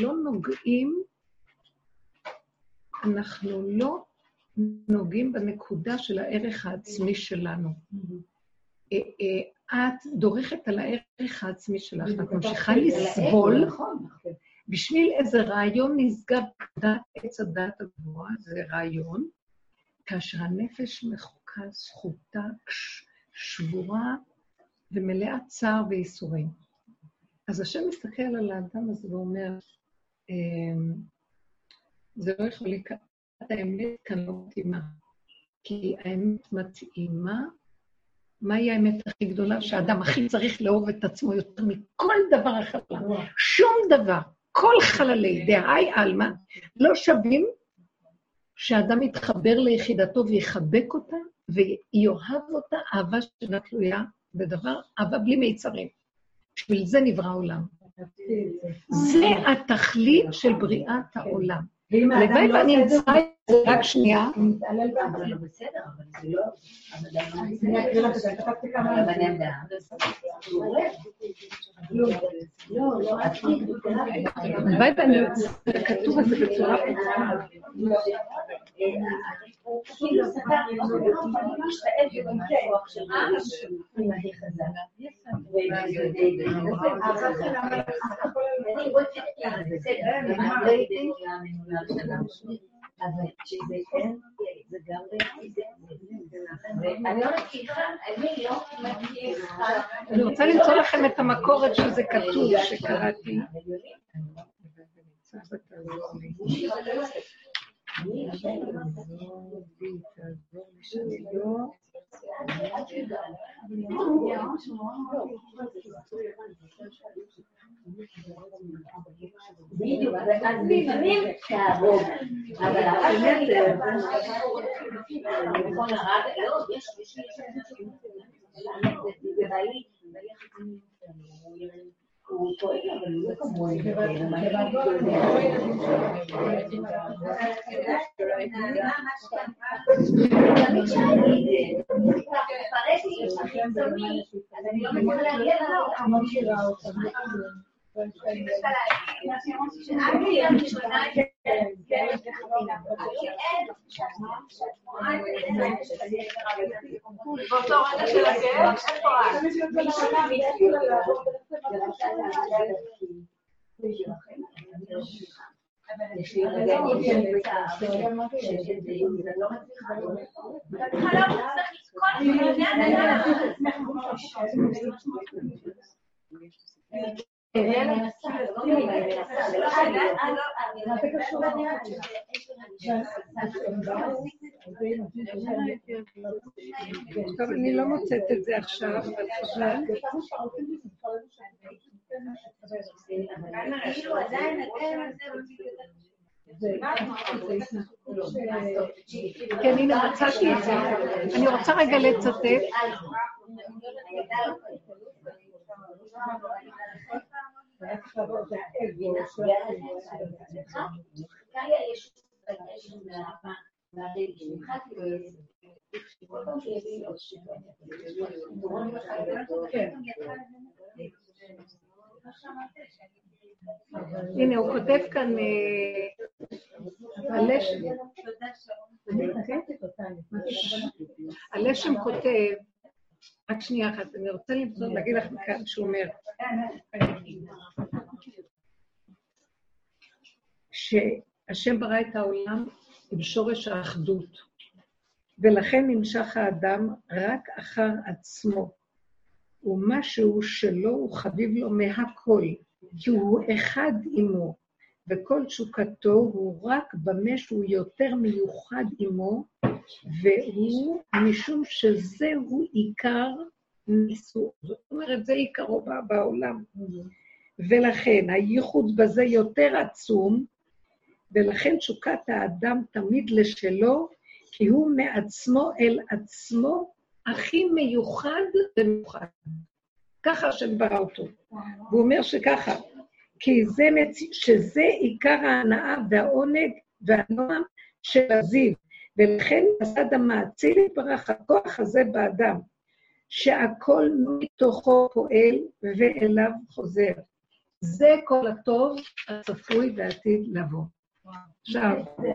לא נוגעים בנקודה של הערך העצמי שלנו. את דורכת על הערך העצמי שלך, ואת ממשיכה לסבול בשביל איזה רעיון נשגב דעת עץ הדעת הגבוהה, זה רעיון, כאשר הנפש מחוקה, זכותה, שבורה ומלאה צער וייסורים. אז השם מסתכל על האדם הזה ואומר, זה לא יכול לקרות, האמת כאן לא מתאימה, כי האמת מתאימה, מהי האמת הכי גדולה? שהאדם הכי צריך לאהוב את עצמו יותר מכל דבר אחר. שום דבר, כל חללי, דהי אלמה, לא שווים שהאדם יתחבר ליחידתו ויחבק אותה, ויאהב אותה אהבה שאינה תלויה בדבר, אהבה בלי מיצרים. בשביל זה נברא העולם. זה התכלית של בריאת העולם. הלוואי ואני אמצא את זה רק שנייה. אבל הוא בסדר, אבל זה לא... אני אקריא לך את זה, כתבתי כמה... אבל אני יודע. לא, הלוואי ואני אמצא, כתוב את זה בצורה פתוחה. כאילו סתר, אני משתאל ובמכוח של עם הכי חזק. אבל כשזה כן, זה גם אני לא מכירה, אני רוצה למצוא לכם את המקורת שזה כתוב, שקראתי. בדיוק, אז לפעמים תערוב, אבל הרב שלי נכון הרב, לא, יש זה בעלי הוא פועל, אבל הוא לא כמוני. תמיד שאני מפרט לי חיצוני, אז אני לא מצליחה להגיע אני הראשונה באותו רגע של הכאב, איפה יש לי רגעים של בצער, שזה לא מצליחה. בהתחלה הוא צריך לזכות ולבני טוב, אני לא מוצאת את זה עכשיו, אבל חבל. כן, הנה, מצאתי את זה. אני רוצה רגע לצטט. הנה, הוא כותב כאן הלשם כותב, רק שנייה אחת, אני רוצה להגיד לך מכאן שהוא אומר, שהשם ברא את העולם עם שורש האחדות, ולכן נמשך האדם רק אחר עצמו, ומשהו שלו הוא חביב לו מהכל, כי הוא אחד עמו, וכל תשוקתו הוא רק במה שהוא יותר מיוחד עמו, והוא משום שזהו עיקר ניסו. זאת אומרת, זה עיקרו בעולם. ולכן הייחוד בזה יותר עצום, ולכן תשוקת האדם תמיד לשלו, כי הוא מעצמו אל עצמו הכי מיוחד ומיוחד. ככה השם ברא אותו. והוא אומר שככה, כי שזה עיקר ההנאה והעונג והנועם של הזיו, ולכן הסד המאציל יתברך הכוח הזה באדם, שהכל מתוכו פועל ואליו חוזר. זה כל הטוב הצפוי ועתיד לבוא. עכשיו,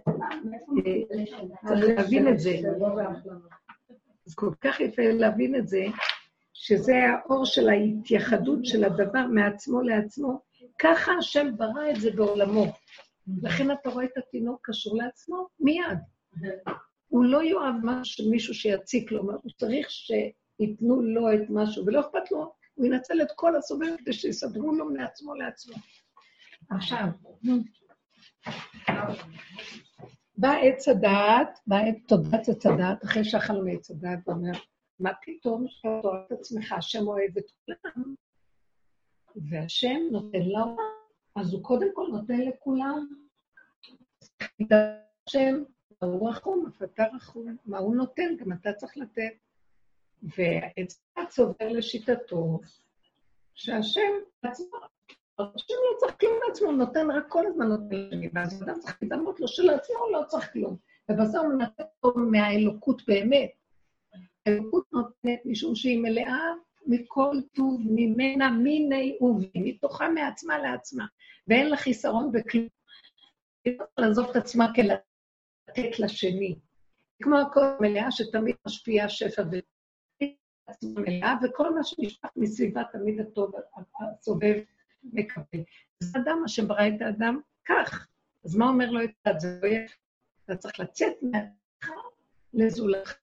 צריך להבין את זה. זה כל כך יפה להבין את זה, שזה האור של ההתייחדות של הדבר מעצמו לעצמו, ככה השם ברא את זה בעולמו. לכן אתה רואה את התינוק קשור לעצמו מיד. הוא לא יאהב מישהו שיציק לו, הוא צריך שיתנו לו את משהו, ולא אכפת לו, הוא ינצל את כל הסובב כדי שיסדרו לו מעצמו לעצמו. עכשיו, בא עץ הדעת, תודעת עץ הדעת, אחרי שאכלנו מעץ הדעת, ואומר, מה פתאום שאתה תאהב את עצמך, השם אוהב את כולם, והשם נותן לעולם, אז הוא קודם כל נותן לכולם, השם, הוא רחום, אתה רחום, מה הוא נותן, גם אתה צריך לתת, ועץ הדעת סובר לשיטתו, שהשם עצמו, השם לא צריך כלום לעצמו, הוא נותן רק כל הזמן נותן לשני, ואז אדם צריך לדמות לו שלעצמו, הוא לא צריך כלום, ובזה הוא נותן אותו מהאלוקות באמת, האלוקות נותנת משום שהיא מלאה מכל טוב, ממנה, מיני ובי, מתוכה מעצמה לעצמה, ואין לה חיסרון בכלום. היא לא יכולה לעזוב את עצמה כלתת לשני. כמו הכל מלאה שתמיד משפיעה שפע ועצמה מלאה, וכל מה שנשפך מסביבה תמיד הטוב, הסובב מקבל. זה אדם, השם ברא את האדם כך. אז מה אומר לו את זה? זה לא יפה. אתה צריך לצאת מהצלחה לזולך.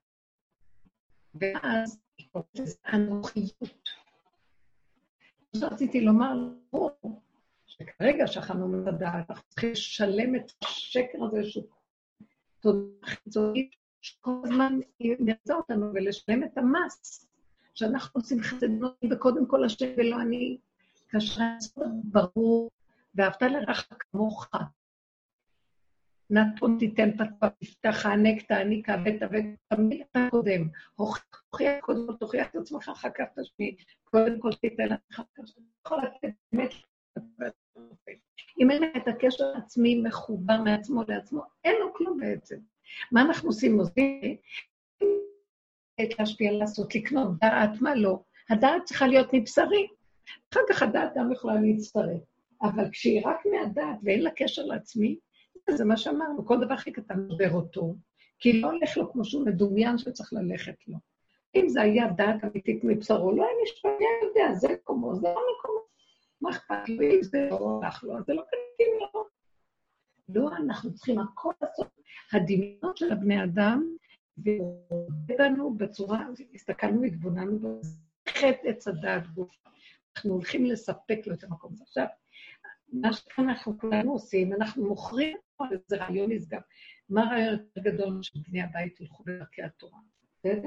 ואז היא קוראת לזה אנוכיות. אז רציתי לומר לו, שכרגע שאכלנו מהדעת, אנחנו צריכים לשלם את השקר הזה שהוא תודה חיצונית, שכל הזמן נרצה אותנו ולשלם את המס, שאנחנו עושים חסדנות וקודם כל השם ולא אני, כאשר ברור, ואהבת לרעך כמוך. נתון תיתן פתוח, תפתח, הענק, תעניק, הבאת, תמיד אתה קודם. הוכיח קודם, תוכיח את עצמך, אחר כך תשמיע, קודם כל תיתן לך, יכול לתת באמת. אם אין את הקשר עצמי מחובר מעצמו לעצמו, אין לו כלום בעצם. מה אנחנו עושים? עושים את להשפיע, לעשות, לקנות, דעת, מה לא? הדעת צריכה להיות מבשרי. אחר כך הדעת גם יכולה להצטרף. אבל כשהיא רק מהדעת ואין לה קשר לעצמי, זה מה שאמרנו, כל דבר הכי קטן מדבר אותו, כי לא הולך לו כמו שהוא מדומיין שצריך ללכת לו. אם זה היה דעת אמיתית מבשרו, לא היה נשמע, יודע, זה מקומו, זה לא מקומו. מה אכפת לו, אם זה לא הולך לו, זה לא קטעים לו. לא, אנחנו צריכים הכל לעשות. הדמיונות של הבני אדם, ובנו בצורה, הסתכלנו, התבוננו, חטא עץ הדעת גוף. אנחנו הולכים לספק לו את המקום הזה. עכשיו, מה שאנחנו כולנו עושים, אנחנו מוכרים, זה רעיון נסגר. מה הרעיון יותר גדול של בני הבית הלכו בדרכי התורה? בסדר?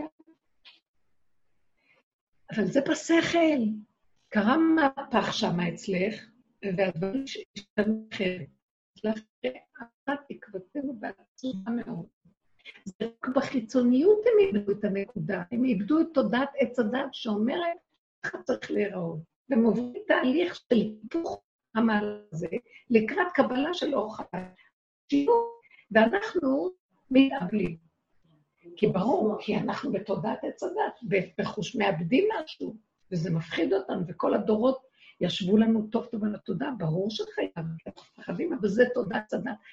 אבל זה בשכל. קרה מהפך שם אצלך, והדברים שהשתנו אחרת. אצלך, אחת תקוותנו בעצומה מאוד. זה רק בחיצוניות הם איבדו את הנקודה, הם איבדו את תודעת עץ הדת שאומרת, ככה צריך להיראות. והם עוברים תהליך של היפוך המעלה הזה, לקראת קבלה של אור חדש. ואנחנו מתאבלים. כי ברור, כי אנחנו בתודעת עץ הדת, בחוש מאבדים משהו, וזה מפחיד אותנו, וכל הדורות ישבו לנו טוב טוב על התודעה, ברור שחייב, מפחדים, אבל זה תודעת עץ הדת.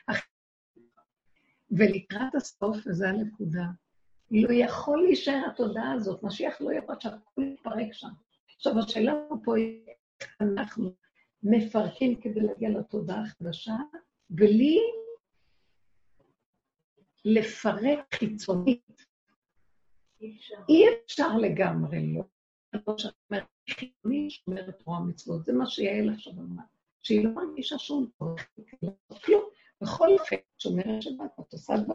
ולקראת הסוף, וזו הנקודה, לא יכול להישאר התודעה הזאת, משיח לא יכול שהכל יתפרק שם. עכשיו, השאלה פה היא, איך אנחנו מפרקים כדי להגיע לתודעה החדשה, בלי לפרק חיצונית. אי אפשר לגמרי לא. לא שאומרת, חיצוני שומרת תורה מצוות, זה מה שיעל עכשיו אמרה, שהיא לא מרגישה שום תורך, כלום. בכל אופן, שומרת שבת, את עושה דבר.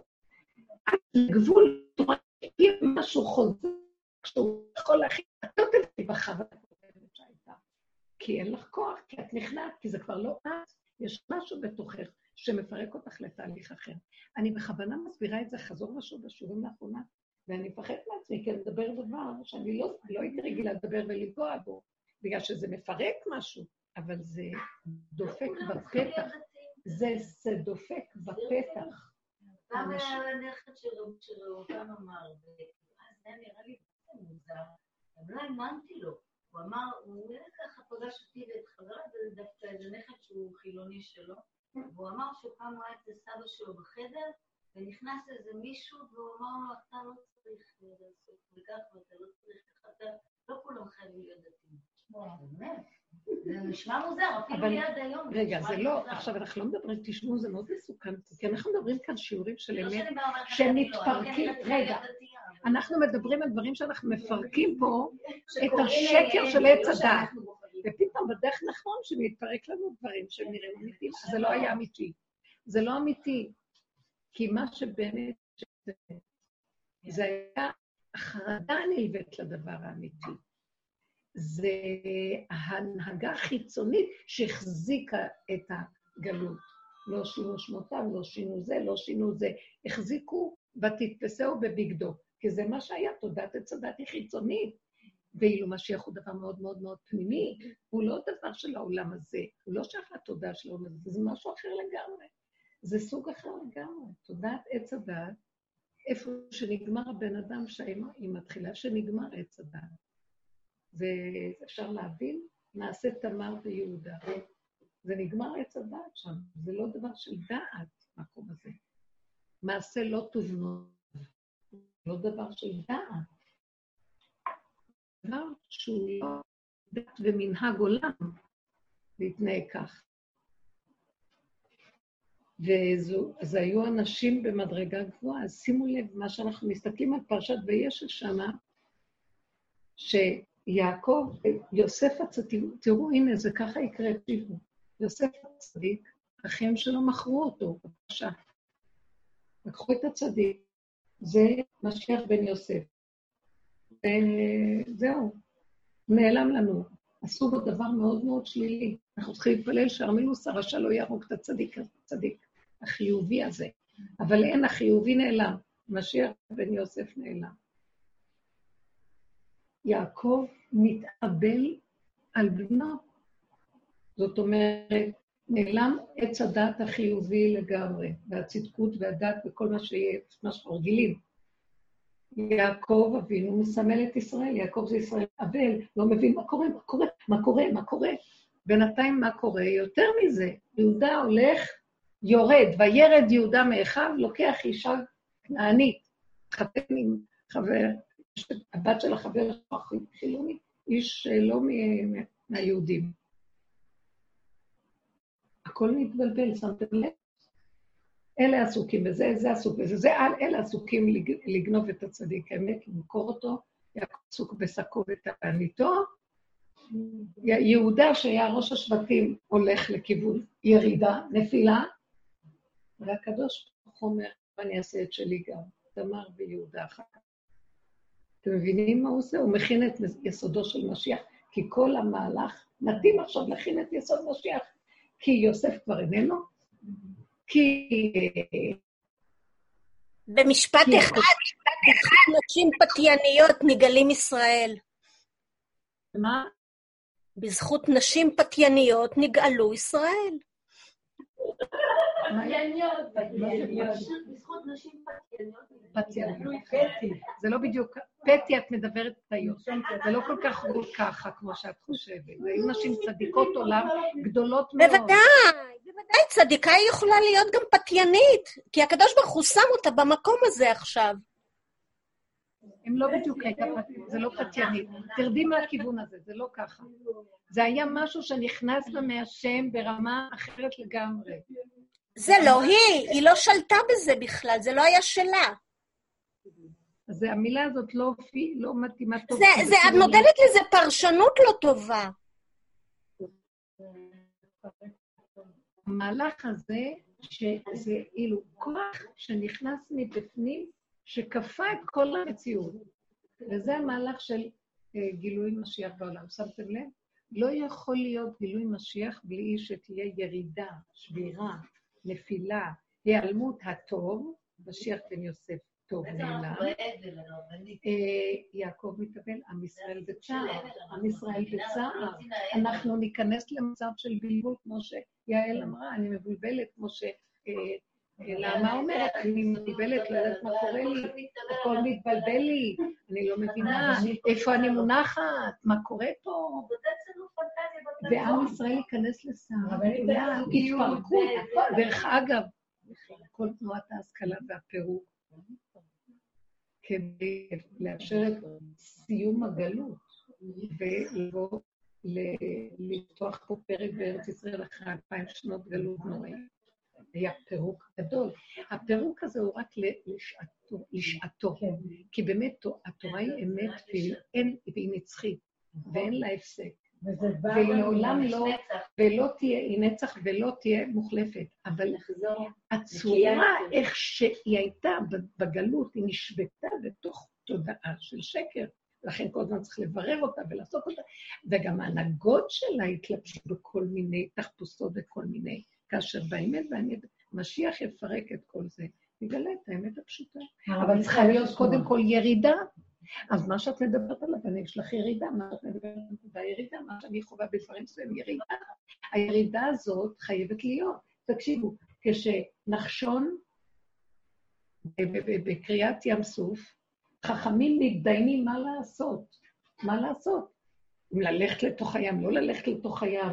לגבול תורה, אם משהו חוזר, כשהוא יכול להכין, את לא תביא בחווה הקודמת שהייתה. כי אין לך כוח, כי את נכנעת, כי זה כבר לא את, יש משהו בתוכך שמפרק אותך לתהליך אחר. אני בכוונה מסבירה את זה חזור ושוב בשיעורים לאחרונה, ואני מפחד מעצמי, כי אני מדבר דבר שאני לא הייתי רגילה לדבר ולגוע בו, בגלל שזה מפרק משהו, אבל זה דופק בפתח. זה דופק בפתח. גם הנכד שלו גם אמר, אז זה נראה לי מוזר, אבל לא האמנתי לו. הוא אמר, הוא ככה פגש אותי ואת חברה, זה דווקא איזה נכד שהוא חילוני שלו, והוא אמר שפעם הוא היה אצל סבא שלו בחדר, ונכנס איזה מישהו, והוא אמר לו, אתה לא צריך לעשות וכך, ואתה לא צריך ככה, לא כולם חייבים להיות דתיים. באמת, זה נשמע מוזר, אפילו ליד היום. רגע, זה לא, עכשיו אנחנו לא מדברים, תשמעו, זה מאוד מסוכן, כי אנחנו מדברים כאן שיעורים של אמת, שמתפרקים, רגע, אנחנו מדברים על דברים שאנחנו מפרקים פה, את השקר של עץ הדעת. ופתאום בדרך נכון שמתפרק לנו דברים שנראים אמיתיים, אז זה לא היה אמיתי. זה לא אמיתי, כי מה שבאמת, זה היה החרדה הנלווית לדבר האמיתי. זה ההנהגה החיצונית שהחזיקה את הגלות. לא שינו שמותם, לא שינו זה, לא שינו זה. החזיקו ותתפסהו בבגדו, כי זה מה שהיה, תודעת עץ הדת היא חיצונית. ואילו משיח הוא דבר מאוד מאוד מאוד פנימי, הוא לא דבר של העולם הזה, הוא לא שייך לתודעה של העולם הזה, זה משהו אחר לגמרי. זה סוג אחר לגמרי. תודעת עץ הדת, איפה שנגמר הבן אדם שהיא מתחילה שנגמר עץ הדת. ואפשר להבין, נעשה תמר ויהודה. זה נגמר עץ הדעת שם, זה לא דבר של דעת, מקום הזה. מעשה לא תובנו, לא דבר של דעת. דבר שהוא לא דעת ומנהג עולם, להתנהג כך. אז היו אנשים במדרגה גבוהה, אז שימו לב, מה שאנחנו מסתכלים על פרשת וישב שמה, שיעקב, יוסף הצדיק, תראו, הנה, זה ככה יקרה, תראו. יוסף הצדיק, אחים שלו מכרו אותו, בבקשה. לקחו את הצדיק, זה משיח בן יוסף. וזהו, נעלם לנו. עשו בו דבר מאוד מאוד שלילי. אנחנו צריכים להתפלל שארמילוס הרשע לא יהרוג את הצדיק החיובי הזה. אבל אין, החיובי נעלם. משיח בן יוסף נעלם. יעקב מתאבל על בנו. זאת אומרת, נעלם עץ הדת החיובי לגמרי, והצדקות והדת וכל מה שיהיה, מה שאנחנו רגילים. יעקב אבינו מסמל את ישראל, יעקב זה ישראל, אבל לא מבין מה קורה. בינתיים מה קורה? יותר מזה, יהודה הולך, יורד, וירד יהודה מאחיו, לוקח אישה כנענית, חתן עם חבר, הבת של החבר חילוני, איש לא מהיהודים. הכל מתבלבל, שמתם לב? אלה עסוקים בזה, זה עסוק בזה, אלה עסוקים לגנוב את הצדיק, האמת, למכור אותו, יעקב עסוק בשקו ותעניתו, יהודה שהיה ראש השבטים הולך לכיוון ירידה, נפילה, והקדוש ברוך הוא אומר, ואני אעשה את שלי גם, תמר ויהודה אחר כך. אתם מבינים מה הוא עושה? הוא מכין את יסודו של משיח, כי כל המהלך מתאים עכשיו להכין את יסוד משיח, כי יוסף כבר איננו, כי... במשפט אחד, נשים פתייניות נגלים ישראל. מה? בזכות נשים פתייניות נגאלו ישראל. פתייניות. בזכות נשים פתייניות. זה לא בדיוק, פתי את מדברת פתיות, זה לא כל כך ככה כמו שאת חושבת, זה היו נשים צדיקות עולם גדולות מאוד. בוודאי, צדיקה היא יכולה להיות גם פתיינית, כי הקדוש ברוך הוא שם אותה במקום הזה עכשיו. הם לא בדיוק הייתה פתיינית, זה לא פתיינית, תרדי מהכיוון הזה, זה לא ככה. זה היה משהו שנכנס לה מהשם ברמה אחרת לגמרי. זה לא היא לא שלטה בזה בכלל, זה לא היה שלה. אז המילה הזאת לא מתאימה טוב. את נותנת לזה פרשנות לא טובה. המהלך הזה, שזה אילו כוח שנכנס מבפנים, שכפה את כל המציאות. וזה המהלך של גילוי משיח בעולם. שמתם לב? לא יכול להיות גילוי משיח בלי שתהיה ירידה, שבירה, נפילה, היעלמות הטוב, משיח בן יוסף טוב נעלם. יעקב מתאבל, עם ישראל בצער, עם ישראל בצער. אנחנו ניכנס למצב של בלבול, כמו שיעל אמרה, אני מבולבלת, כמו למה אומרת, אני מבולבלת, לא יודעת מה קורה לי, הכל מתבלבל לי, אני לא מבינה, איפה אני מונחת, מה קורה פה? ועם ישראל ייכנס לסער, התפרקות, דרך אגב, כל תנועת ההשכלה והפירוק, כדי לאפשר את סיום הגלות, ולבוא לפתוח פה פרק בארץ ישראל אחרי 2000 שנות גלות נוראים. היה פירוק גדול. הפירוק הזה הוא רק לשעתו, כי באמת התורה היא אמת והיא נצחית, ואין לה הפסק. והיא לעולם לא תהיה, היא נצח ולא תהיה מוחלפת, אבל הצורה איך שהיא הייתה בגלות, היא נשבתה בתוך תודעה של שקר, לכן כל הזמן צריך לברר אותה ולעשות אותה, וגם ההנהגות שלה התלבשו בכל מיני תחפושות וכל מיני, כאשר באמת משיח יפרק את כל זה, יגלה את האמת הפשוטה. אבל צריכה להיות קודם כל ירידה. אז מה שאת מדברת עליו, אני יש לך ירידה, מה שאת מדברת עליו ירידה, מה שאני חווה בדברים מסוים ירידה. הירידה הזאת חייבת להיות. תקשיבו, כשנחשון בקריאת ים סוף, חכמים מתדיינים מה לעשות. מה לעשות? אם ללכת לתוך הים, לא ללכת לתוך הים.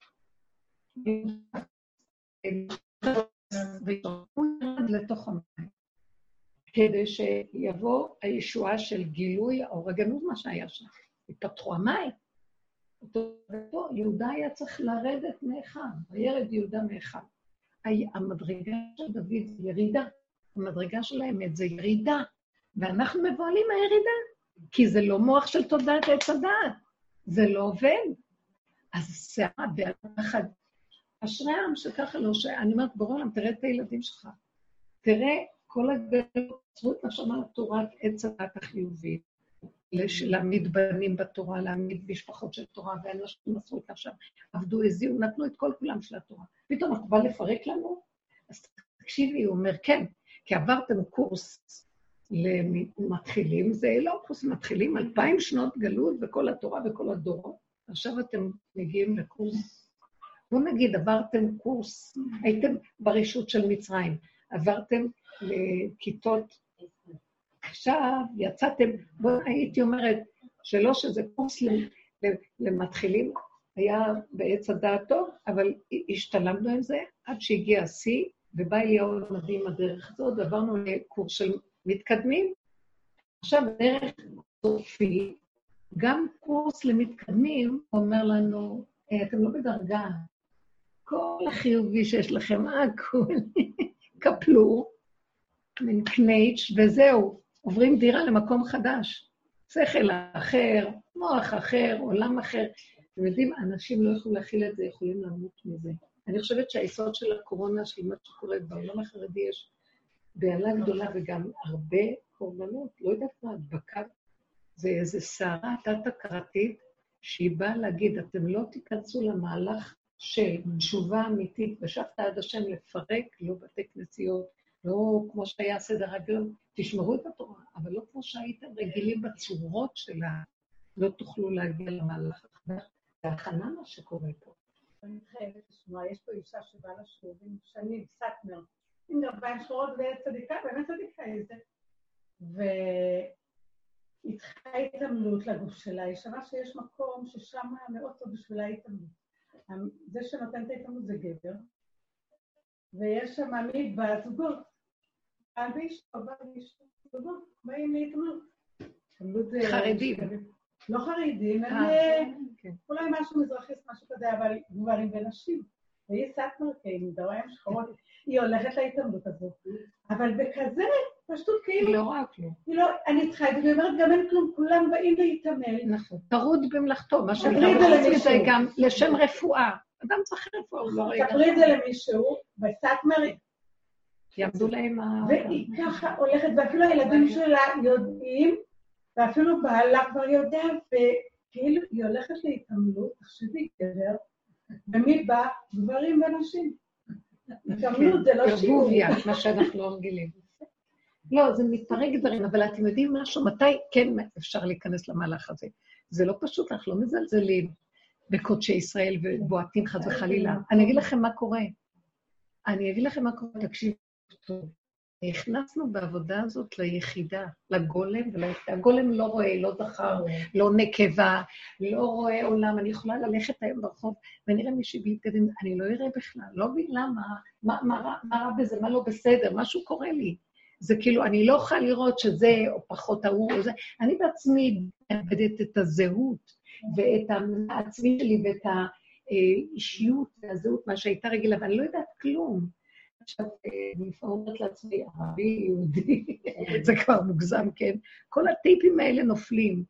ויתרחו לתוך המים, כדי שיבוא הישועה של גילוי האור הגנוז, מה שהיה שם. התפתחו המים. אותו יהודה היה צריך לרדת מאחד, וירד יהודה מאחד. המדרגה של דוד זה ירידה, המדרגה של האמת זה ירידה, ואנחנו מבועלים מהירידה, כי זה לא מוח של תודעת עץ הדעת, זה לא עובד. אז שערה ביחד, אשרי העם שככה לא, אני אומרת, בורא עולם, תראה את הילדים שלך. תראה כל הגלות, עצרו את נפשם על תורת עץ הדת החיובית, להעמיד בנים בתורה, להעמיד משפחות של תורה, ואנשים מסרו את נפשם, עבדו, הזיעו, נתנו את כל כולם של התורה. פתאום אנחנו בא לפרק לנו, אז תקשיבי, הוא אומר, כן, כי עברתם קורס למתחילים, זה לא קורס מתחילים, 2000 שנות גלות וכל התורה וכל הדורות, עכשיו אתם מגיעים לקורס, בוא נגיד, עברתם קורס, הייתם ברשות של מצרים, עברתם לכיתות, עכשיו יצאתם, הייתי אומרת, שלא שזה קורס למתחילים, היה בעץ הדעת טוב, אבל השתלמנו עם זה עד שהגיע השיא, ובא אליהו הנביא עם הדרך הזאת, ועברנו לקורס של מתקדמים. עכשיו, דרך סופי, גם קורס למתקדמים אומר לנו, אתם לא בדרגה, כל החיובי שיש לכם, הכול, קפלו, מן קנייץ' וזהו, עוברים דירה למקום חדש, שכל אחר, מוח אחר, עולם אחר. אתם יודעים, אנשים לא יכולים להכיל את זה, יכולים למות מזה. אני חושבת שהיסוד של הקורונה, של מה שקורה בעולם החרדי, יש בעלה גדולה וגם הרבה קורבנות, לא יודעת מה, הדבקה, זה איזו שערה תת-הכרתית, שהיא באה להגיד, אתם לא תיכנסו למהלך של תשובה אמיתית, ושבת עד השם לפרק, לא בתי כנסיות, לא כמו שהיה סדר היום, תשמרו את התורה, אבל לא כמו שהייתם רגילים בצורות שלה, לא תוכלו להגיע למהלך החדש. זה הכנה מה שקורה פה. אני חייבת לשמוע, יש פה אישה שבאה לשיעורים שנים, סטמר, עם גרביים שחורות וצדיקה, באמת צדיקה איזה. והתחילה התעמלות לגוף שלה, היא שמעה שיש מקום ששם מאוד טוב בשבילה התעמלות. זה שנותן את ההתעמלות זה גבר, ויש שם בזוגות, על באשתו, זוגות, באים להתעמלות. חרדים. לא חרדים, אולי משהו מזרחיסט, משהו כזה, אבל גברים ונשים. והיא סטמר, עם גרביים שחורות, היא הולכת להתעמלות הזאת. אבל בכזה, פשוט כאילו... לא רק לא. אני צריכה, ואני אומרת, גם אין כלום, כולם באים להתעמל. נכון. תרוד במלאכתו, מה שנקרא, וחוץ מזה גם לשם רפואה. אדם צריך רפואה, הוא לא רגע. תפרי את זה למישהו, בסטמר, יעמדו להם והיא ככה הולכת, ואפילו הילדים שלה יודעים, ואפילו בעלה כבר יודע, וכאילו היא הולכת להתעמלות, תחשבי גבר, ומי בא? גברים ונשים. התעמלות זה לא שיעור. ערבוביה, מה שאנחנו לא רגילים. לא, זה מתפרק דברים, אבל אתם יודעים משהו, מתי כן אפשר להיכנס למהלך הזה? זה לא פשוט, אנחנו לא מזלזלים בקודשי ישראל ובועטים חס וחלילה. אני אגיד לכם מה קורה. תקשיב טוב. הכנסנו בעבודה הזאת ליחידה, לגולם, הגולם לא רואה, לא זכר, לא נקבה, לא רואה עולם, אני יכולה ללכת היום ברחוב, ואני אראה מישהי להתקדם, אני לא אראה בכלל, לא בגלל מה רע בזה, מה לא בסדר, משהו קורה לי. זה כאילו, אני לא יכולה לראות שזה או פחות ההוא או זה, אני בעצמי מאבדת את הזהות, ואת העצמי שלי, ואת האישיות והזהות, מה שהייתה רגילה, ואני לא יודעת כלום. עכשיו, אני אומרת לעצמי, ערבי, יהודי, זה כבר מוגזם, כן? כל הטיפים האלה נופלים.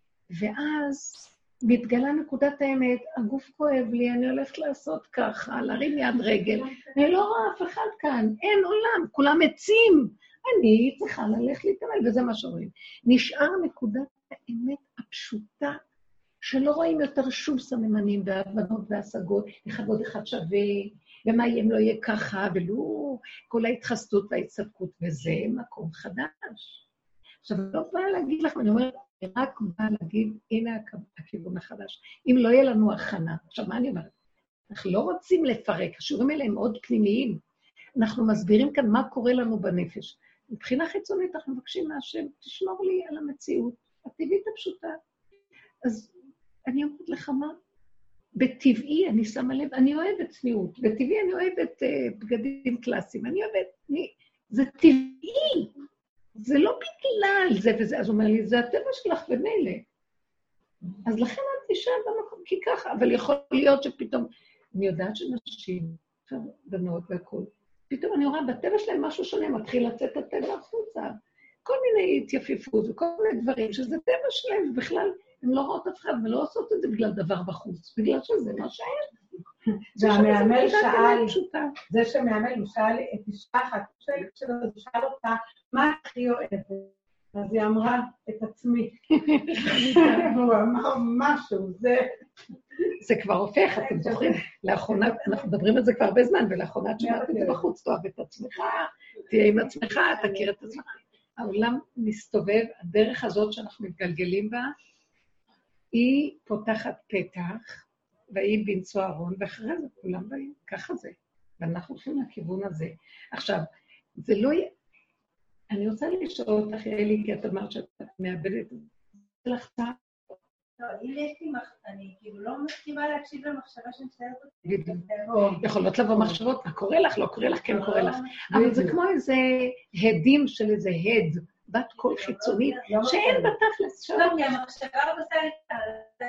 ואז מתגלה נקודת האמת, הגוף כואב לי, אני הולכת לעשות ככה, להרים יד רגל, אני לא רואה אף אחד כאן, אין עולם, כולם עצים. אני צריכה ללכת להתעמל, וזה מה שאומרים. נשאר נקודת האמת הפשוטה, שלא רואים יותר שום סממנים והבנות והשגות, אחד ועוד אחד שווה, ומה אם לא יהיה ככה, ולא כל ההתחסדות וההצטדקות, וזה מקום חדש. עכשיו, לא באה להגיד לך, אני אומרת, רק באה להגיד, הנה הכיוון החדש. אם לא יהיה לנו הכנה, עכשיו, מה אני אומרת? אנחנו לא רוצים לפרק, השיעורים האלה הם מאוד פנימיים. אנחנו מסבירים כאן מה קורה לנו בנפש. מבחינה חיצונית, אנחנו מבקשים מהשם, תשמור לי על המציאות, הטבעית הפשוטה. אז אני אומרת לך מה? בטבעי אני שמה לב, אני אוהבת צניעות, בטבעי אני אוהבת בגדים קלאסיים, אני אוהבת, זה טבעי, זה לא בגלל זה וזה, אז הוא אומר לי, זה הטבע שלך במילא. אז לכן את תשאר במקום, כי ככה, אבל יכול להיות שפתאום, אני יודעת שנשים, בנות והכל, פתאום אני רואה בטבע שלהם משהו שונה, מתחיל לצאת הטבע החוצה, כל מיני התייפיפות וכל מיני דברים, שזה טבע שלהם, ובכלל, הן לא רואות אף אחד, ולא עושות את זה בגלל דבר בחוץ, בגלל שזה מה שאין. והמאמל שאל, זה שמאמל, הוא שאל את אישה אחת, הוא שאל אותה, מה הכי אוהבת? אז היא אמרה, את עצמי. והוא אמר משהו, זה כבר הופך, אתם זוכרים, לאחרונה, אנחנו מדברים על זה כבר הרבה זמן, ולאחרונה תשמעת את זה בחוץ, תאהב את עצמך, תהיה עם עצמך, תכיר את עצמך. העולם מסתובב, הדרך הזאת שאנחנו מתגלגלים בה, היא פותחת פתח, והיא בנצוע ארון, ואחרי זה כולם באים, ככה זה. ואנחנו הולכים לכיוון הזה. עכשיו, זה לא... אני רוצה לשאול אותך, אלי, כי את אמרת שאת מאבדת את זה לחצה. לא, אם יש לי אני כאילו לא מסכימה להקשיב למחשבה שמסתיירת אותי. בדיוק. יכולות לבוא מחשבות, מה קורה לך, לא קורה לך, כן קורה לך. אבל זה כמו איזה הדים של איזה הד, בת קול חיצונית, שאין בתכלס שלום. לא, כי המחשבה עושה את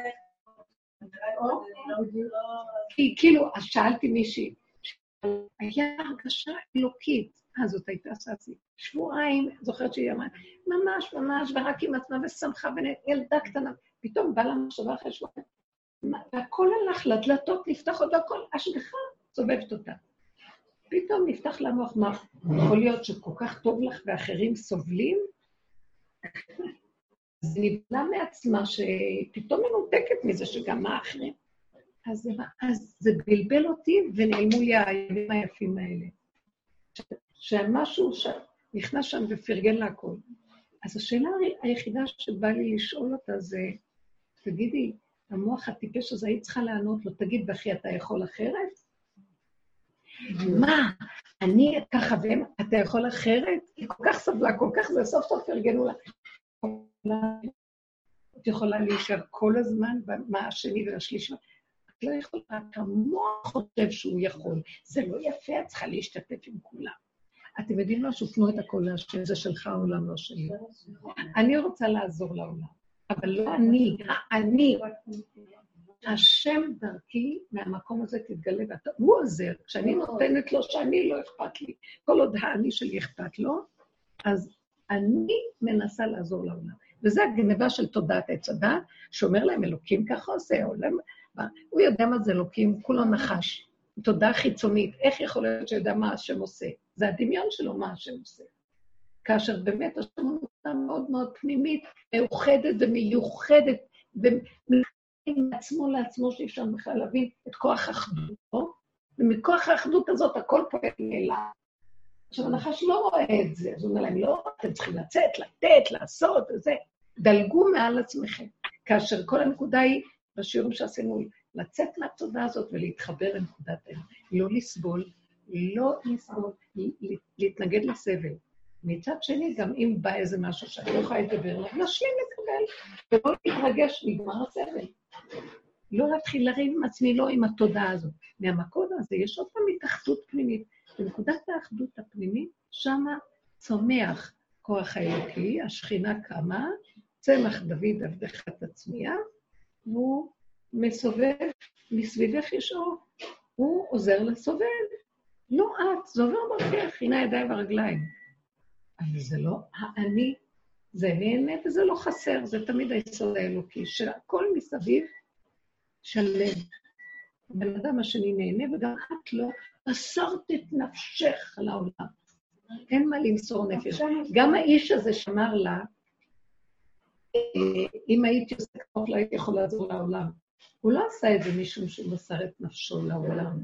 כי כאילו, אז שאלתי מישהי, היה הרגשה אלוקית, זאת הייתה ססי, שבועיים, זוכרת שהיא אמרה, ממש, ורק עם עצמה ושמחה ילדה קטנה, פתאום בא למחשבה אחרי שבועיים, והכל הלך לדלתות, נפתח עוד הכל, השגחה סובבת אותה. פתאום נפתח למוח, מה, יכול להיות שכל כך טוב לך ואחרים סובלים? זה נבנה מעצמה שפתאום מנותקת מזה שגם מה אחרים. אז זה בלבל אותי ונעלמו לי הימים היפים האלה. שמשהו נכנס שם ופרגן להכל. אז השאלה היחידה שבא לי לשאול אותה זה, תגידי, המוח הטיפש הזה, היית צריכה לענות לו, תגיד, בכי, אתה יכול אחרת? מה? אני ככה והם, אתה יכול אחרת? היא כל כך סבלה, כל כך זה, סוף סוף פרגנו לה. את יכולה להישאר כל הזמן, מה השני והשלישי? את לא יכולה, המוח חושב שהוא יכול. זה לא יפה, את צריכה להשתתף עם כולם. אתם יודעים מה? שופנו את הכל להשם, זה שלך העולם, לא שלי. אני רוצה לעזור לעולם, אבל לא אני. השם דרכי מהמקום הזה תתגלה, הוא עוזר. כשאני נותנת לו שאני לא אכפת לי, כל עוד האני שלי אכפת לו, אז אני מנסה לעזור לעולם. וזה הגניבה של תודעת עץ הדת, שאומר להם אלוקים ככה עושה, הוא יודע מה זה אלוקים, כולו נחש. תודעה חיצונית, איך יכול להיות שיודע מה השם עושה? זה הדמיון שלו מה השם עושה. כאשר באמת השם הוא נותן מאוד מאוד פנימית, מאוחדת ומיוחדת, ומעצמו לעצמו שאי אפשר בכלל להבין את כוח האחדות, ומכוח האחדות הזאת הכל פועל מאליו. עכשיו הנחש לא רואה את זה, אז הוא אומר להם, לא, אתם צריכים לצאת, לתת, לעשות, וזה. דלגו מעל עצמכם, כאשר כל הנקודה היא, בשיעורים שעשינו, לצאת מהתודעה הזאת ולהתחבר לנקודת האמת. לא לסבול, להתנגד לסבל. מצד שני, גם אם בא איזה משהו שאני לא יכולה לדבר, נשלים לקבל, ולא להתרגש, נגמר הסבל. לא להתחיל לריב עם עצמי, לא עם התודעה הזאת. מהמקום הזה יש עוד פעם התאחדות פנימית. בנקודת האחדות הפנימית, שמה צומח כוח האלוקי, השכינה קמה, צמח דוד עבדך תצמיח, והוא מסובב, מסביבך יש אור, הוא עוזר לסובב. לא את, זה עובר דרכך, הנה הידיים והרגליים. אבל זה לא האני, זה נהנה וזה לא חסר, זה תמיד היסוד האלוקי, שהכל מסביב שלם. הבן אדם השני נהנה, וגם את לא מסרת את נפשך על העולם. אין מה למסור נפש. גם האיש הזה שמר לה, אם הייתי עושה כמוך, לא הייתי יכול לעזור לעולם. הוא לא עשה את זה משום שהוא מסר את נפשו לעולם.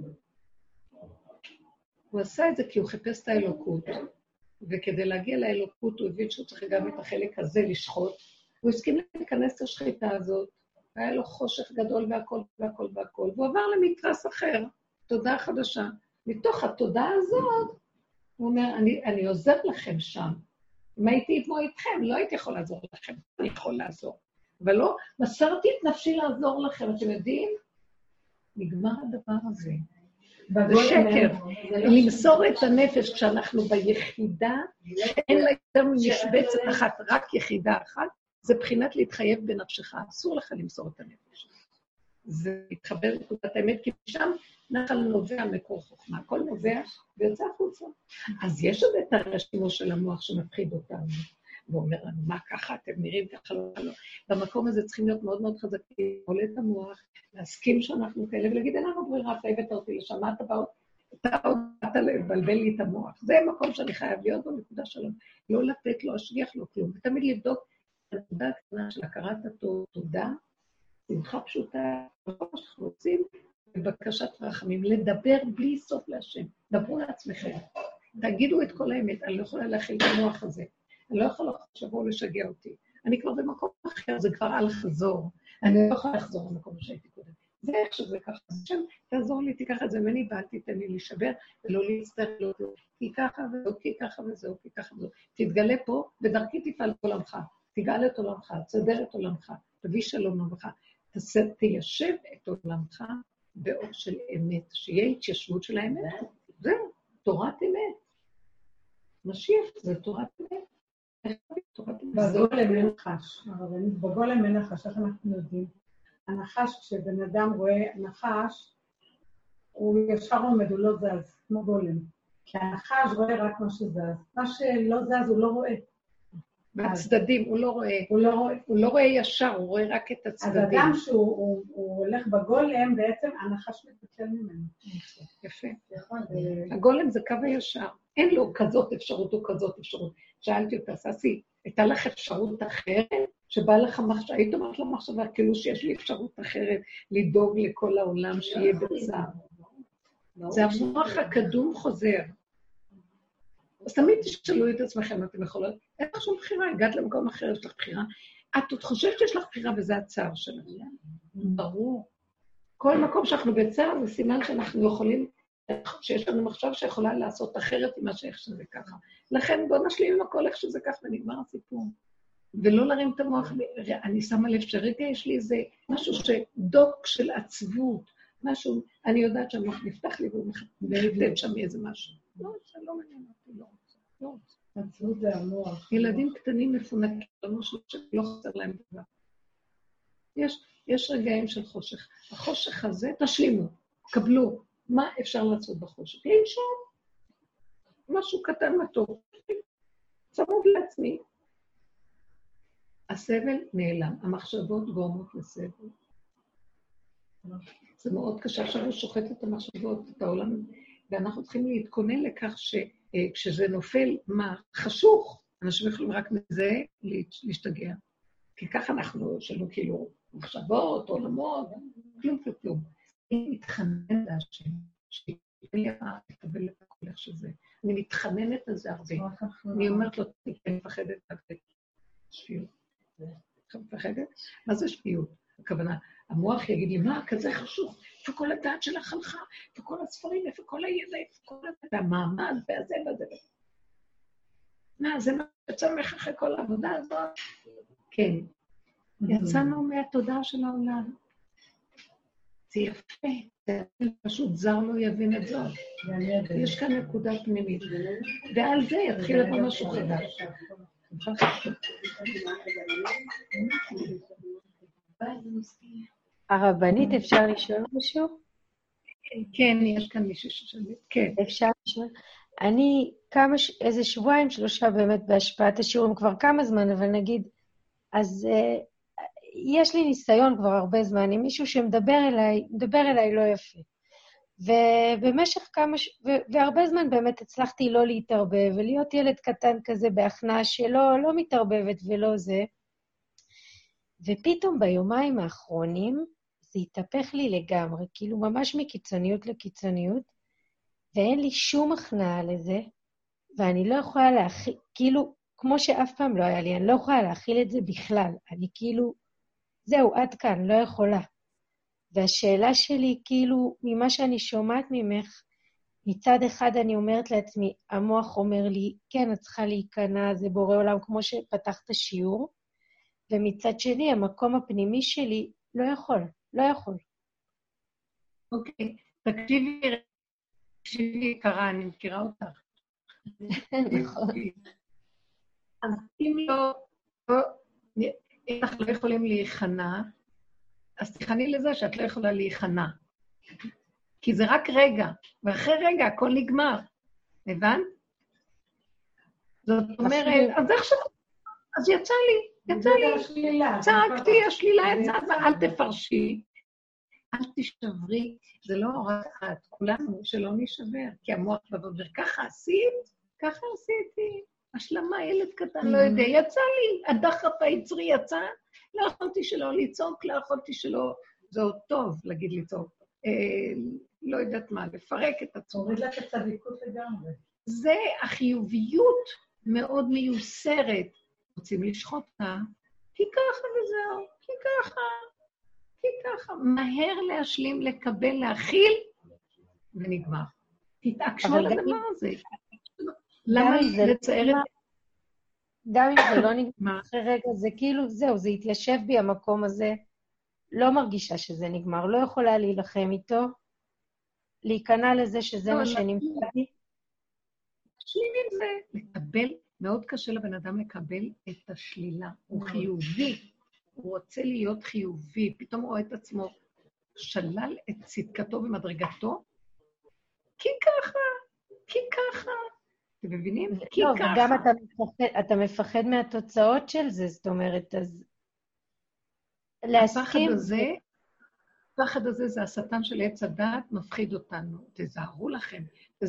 הוא עשה את זה כי הוא חיפש את האלוקות, וכדי להגיע לאלוקות הוא הבין שהוא צריך גם את החלק הזה לשחוט, הוא הסכים להיכנס לשחיטה הזאת, היה לו חושך גדול והכל והכל והכל, והוא עבר למתרס אחר, תודעה חדשה. מתוך התודעה הזאת, הוא אומר, אני עוזר לכם שם. אם הייתי כמו איתכם, לא הייתי יכול לעזור לכם, אני יכול לעזור. אבל לא, מסרתי את נפשי לעזור לכם, אתם יודעים? נגמר הדבר הזה. זה שקר. למסור את הנפש כשאנחנו ביחידה, אין לה יותר משבצת אחת, רק יחידה אחת, זה בחינת להתחייב בנפשך, אסור לך למסור את הנפש. זה מתחבר לנקודת האמת, כי שם נחל נובע מקור חוכמה, הכל נובע ויוצא החוצה. אז יש עוד את הרשימוש של המוח שמפחיד אותנו, ואומר לנו, מה ככה, אתם נראים ככה, לא. במקום הזה צריכים להיות מאוד מאוד חזקים, עולה את המוח, להסכים שאנחנו כאלה, ולהגיד, אין לנו ברירה, אתה הבאת אותי לשם, אתה עוד באת לבלבל לי את המוח. זה מקום שאני חייב להיות בנקודה שלנו, לא לתת, לא אשגיח, לא כלום, ותמיד לבדוק את הנקודה הקטנה של הכרת התודה, שמחה פשוטה, כל מה שאנחנו רוצים, בבקשת רחמים, לדבר בלי סוף להשם. דברו לעצמכם. תגידו את כל האמת, אני לא יכולה להכיל את המוח הזה. אני לא יכולה שבוא לשגע אותי. אני כבר במקום אחר, זה כבר על חזור. אני לא יכולה לחזור למקום שהייתי קודם. זה איך שזה ככה. השם, תעזור לי, תיקח את זה ממני, ואל תיתן לי להישבר, ולא להצטרך, לא, כי ככה וזהו, כי ככה וזהו, כי ככה וזהו. תתגלה פה, ודרכי תפעל את עולמך. תגאל את עולמך, תסדר את עולמך, תביא שלום עולמך. תיישב את עולמך באור של אמת, שיהיה התיישבות של האמת. זהו, תורת אמת. משיח, זה תורת אמת. בגולם אין נחש, הרבנית, בגולם אין נחש, איך אנחנו יודעים? הנחש, כשבן אדם רואה נחש, הוא ישר עומד, הוא לא זז, כמו גולם. כי הנחש רואה רק מה שזז. מה שלא זז, הוא לא רואה. בצדדים, הוא לא רואה ישר, הוא רואה רק את הצדדים. אז אדם שהוא הולך בגולם, בעצם הנחש מתבטל ממנו. יפה. הגולם זה קו הישר. אין לו כזאת אפשרות או כזאת אפשרות. שאלתי אותה, ססי, הייתה לך אפשרות אחרת? שבא לך מחשבה, היית אומרת למחשבה, כאילו שיש לי אפשרות אחרת, לדאוג לכל העולם שיהיה בצער. זה המוח הקדום חוזר. אז תמיד תשאלו את עצמכם, אתם יכולות, אין לך שום בחירה, הגעת למקום אחר, יש לך בחירה. את עוד חושבת שיש לך בחירה, וזה הצער שלך. ברור. כל מקום שאנחנו בצער, זה סימן שאנחנו יכולים, שיש לנו מחשב שיכולה לעשות אחרת ממה שאיך שזה ככה. לכן בוא נשלים עם הכל איך שזה ככה, ונגמר הסיפור. ולא להרים את המוח, אני שמה לב שרגע יש לי איזה משהו שדוק של עצבות, משהו, אני יודעת שהמוח נפתח לי והוא מחטט שם איזה משהו. לא, זה לא מעניין אותי, לא רוצה. עצבות זה המוח. ילדים קטנים מפונקים, לא חסר להם דבר. יש רגעים של חושך. החושך הזה, תשלימו, קבלו. מה אפשר לעשות בחושך? לנשום. משהו קטן מתוק. צמוד לעצמי. הסבל נעלם, המחשבות גורמות לסבל. זה מאוד קשה, עכשיו הוא שוחט את המחשבות, את העולם, ואנחנו צריכים להתכונן לכך שכשזה נופל, מה? חשוך. אנשים יכולים רק מזה להשתגע. כי ככה אנחנו, שלנו כאילו מחשבות, עולמות, כלום. אני מתחננת להשם, שתהיה לי רעה, תקבל את הכל איך שזה. אני מתחננת על זה הרבה. אני אומרת לו, אני מפחדת להקבל שפיות. מפחדת? מה זה שפיות? הכוונה, המוח יגיד לי, מה, כזה חשוב, איפה כל הדעת שלך הלכה, איפה כל הספרים, איפה כל הידע, איפה כל המעמד, והזה וזה. מה, זה מה שיצא ממך אחרי כל העבודה הזאת? כן. יצאנו מהתודעה של העולם. זה יפה, זה פשוט זר לא יבין את זאת. יש כאן נקודה פנימית. ועל זה יתחיל לבוא משהו חדש. הרבנית, אפשר לשאול משהו? כן, יש כאן מישהו ששאלה. כן. אפשר לשאול? אני איזה שבועיים, 3 באמת בהשפעת השיעורים כבר כמה זמן, אבל נגיד, אז יש לי ניסיון כבר הרבה זמן עם מישהו שמדבר אליי לא יפה. ובמשך והרבה זמן באמת הצלחתי לא להתערבב, ולהיות ילד קטן כזה בהכנעה שלא מתערבבת ולא זה. ופתאום ביומיים האחרונים זה התהפך לי לגמרי, כאילו ממש מקיצוניות לקיצוניות, ואין לי שום הכנעה לזה, ואני לא יכולה להכיל, כאילו, כמו שאף פעם לא היה לי, אני לא יכולה להכיל את זה בכלל. אני כאילו, זהו, עד כאן, לא יכולה. והשאלה שלי, כאילו, ממה שאני שומעת ממך, מצד אחד אני אומרת לעצמי, המוח אומר לי, כן, את צריכה להיכנע, זה בורא עולם, כמו שפתחת שיעור, ומצד שני, המקום הפנימי שלי לא יכול. אוקיי, תקשיבי יקרה, אני מכירה אותך. נכון. אז אם אנחנו לא יכולים להיכנע, אז תכני לזה שאת לא יכולה להיכנע. כי זה רק רגע, ואחרי רגע הכל נגמר. הבנת? זאת אומרת, אז עכשיו, אז יצא לי, צעקתי, השלילה יצאה, אל תפרשי, אל תשברי, זה לא רק את, כולנו שלא נשבר, כי המוח בבבר, ככה עשיתי, השלמה, ילד קטן, לא יודע, יצא לי, הדחף היצרי יצא, לא יכולתי שלא לצעוק, לא יכולתי שלא, זה עוד טוב להגיד לצעוק. לא יודעת מה, לפרק את עצמו. תוריד לה את הצדיקות לגמרי. זה החיוביות מאוד מיוסרת. רוצים לשחוט אותה, כי ככה וזהו, כי ככה. מהר להשלים, לקבל, להכיל, ונגמר. תתעקשו על הדבר הזה. למה לצייר את... גם אם זה לא נגמר אחרי רגע, זה כאילו, זהו, זה התיישב בי המקום הזה, לא מרגישה שזה נגמר, לא יכולה להילחם איתו, להיכנע לזה שזה מה שנמצא בי. תשלים עם זה, לקבל, מאוד קשה לבן אדם לקבל את השלילה, הוא חיובי, הוא רוצה להיות חיובי, פתאום הוא רואה את עצמו, שלל את צדקתו ומדרגתו, כי ככה, אתם מבינים? כי לא, ככה. וגם אתה מפחד מהתוצאות של זה, זאת אומרת, אז להסכים... הפחד הזה זה השטן של עץ הדעת, מפחיד אותנו. תזהרו לכם.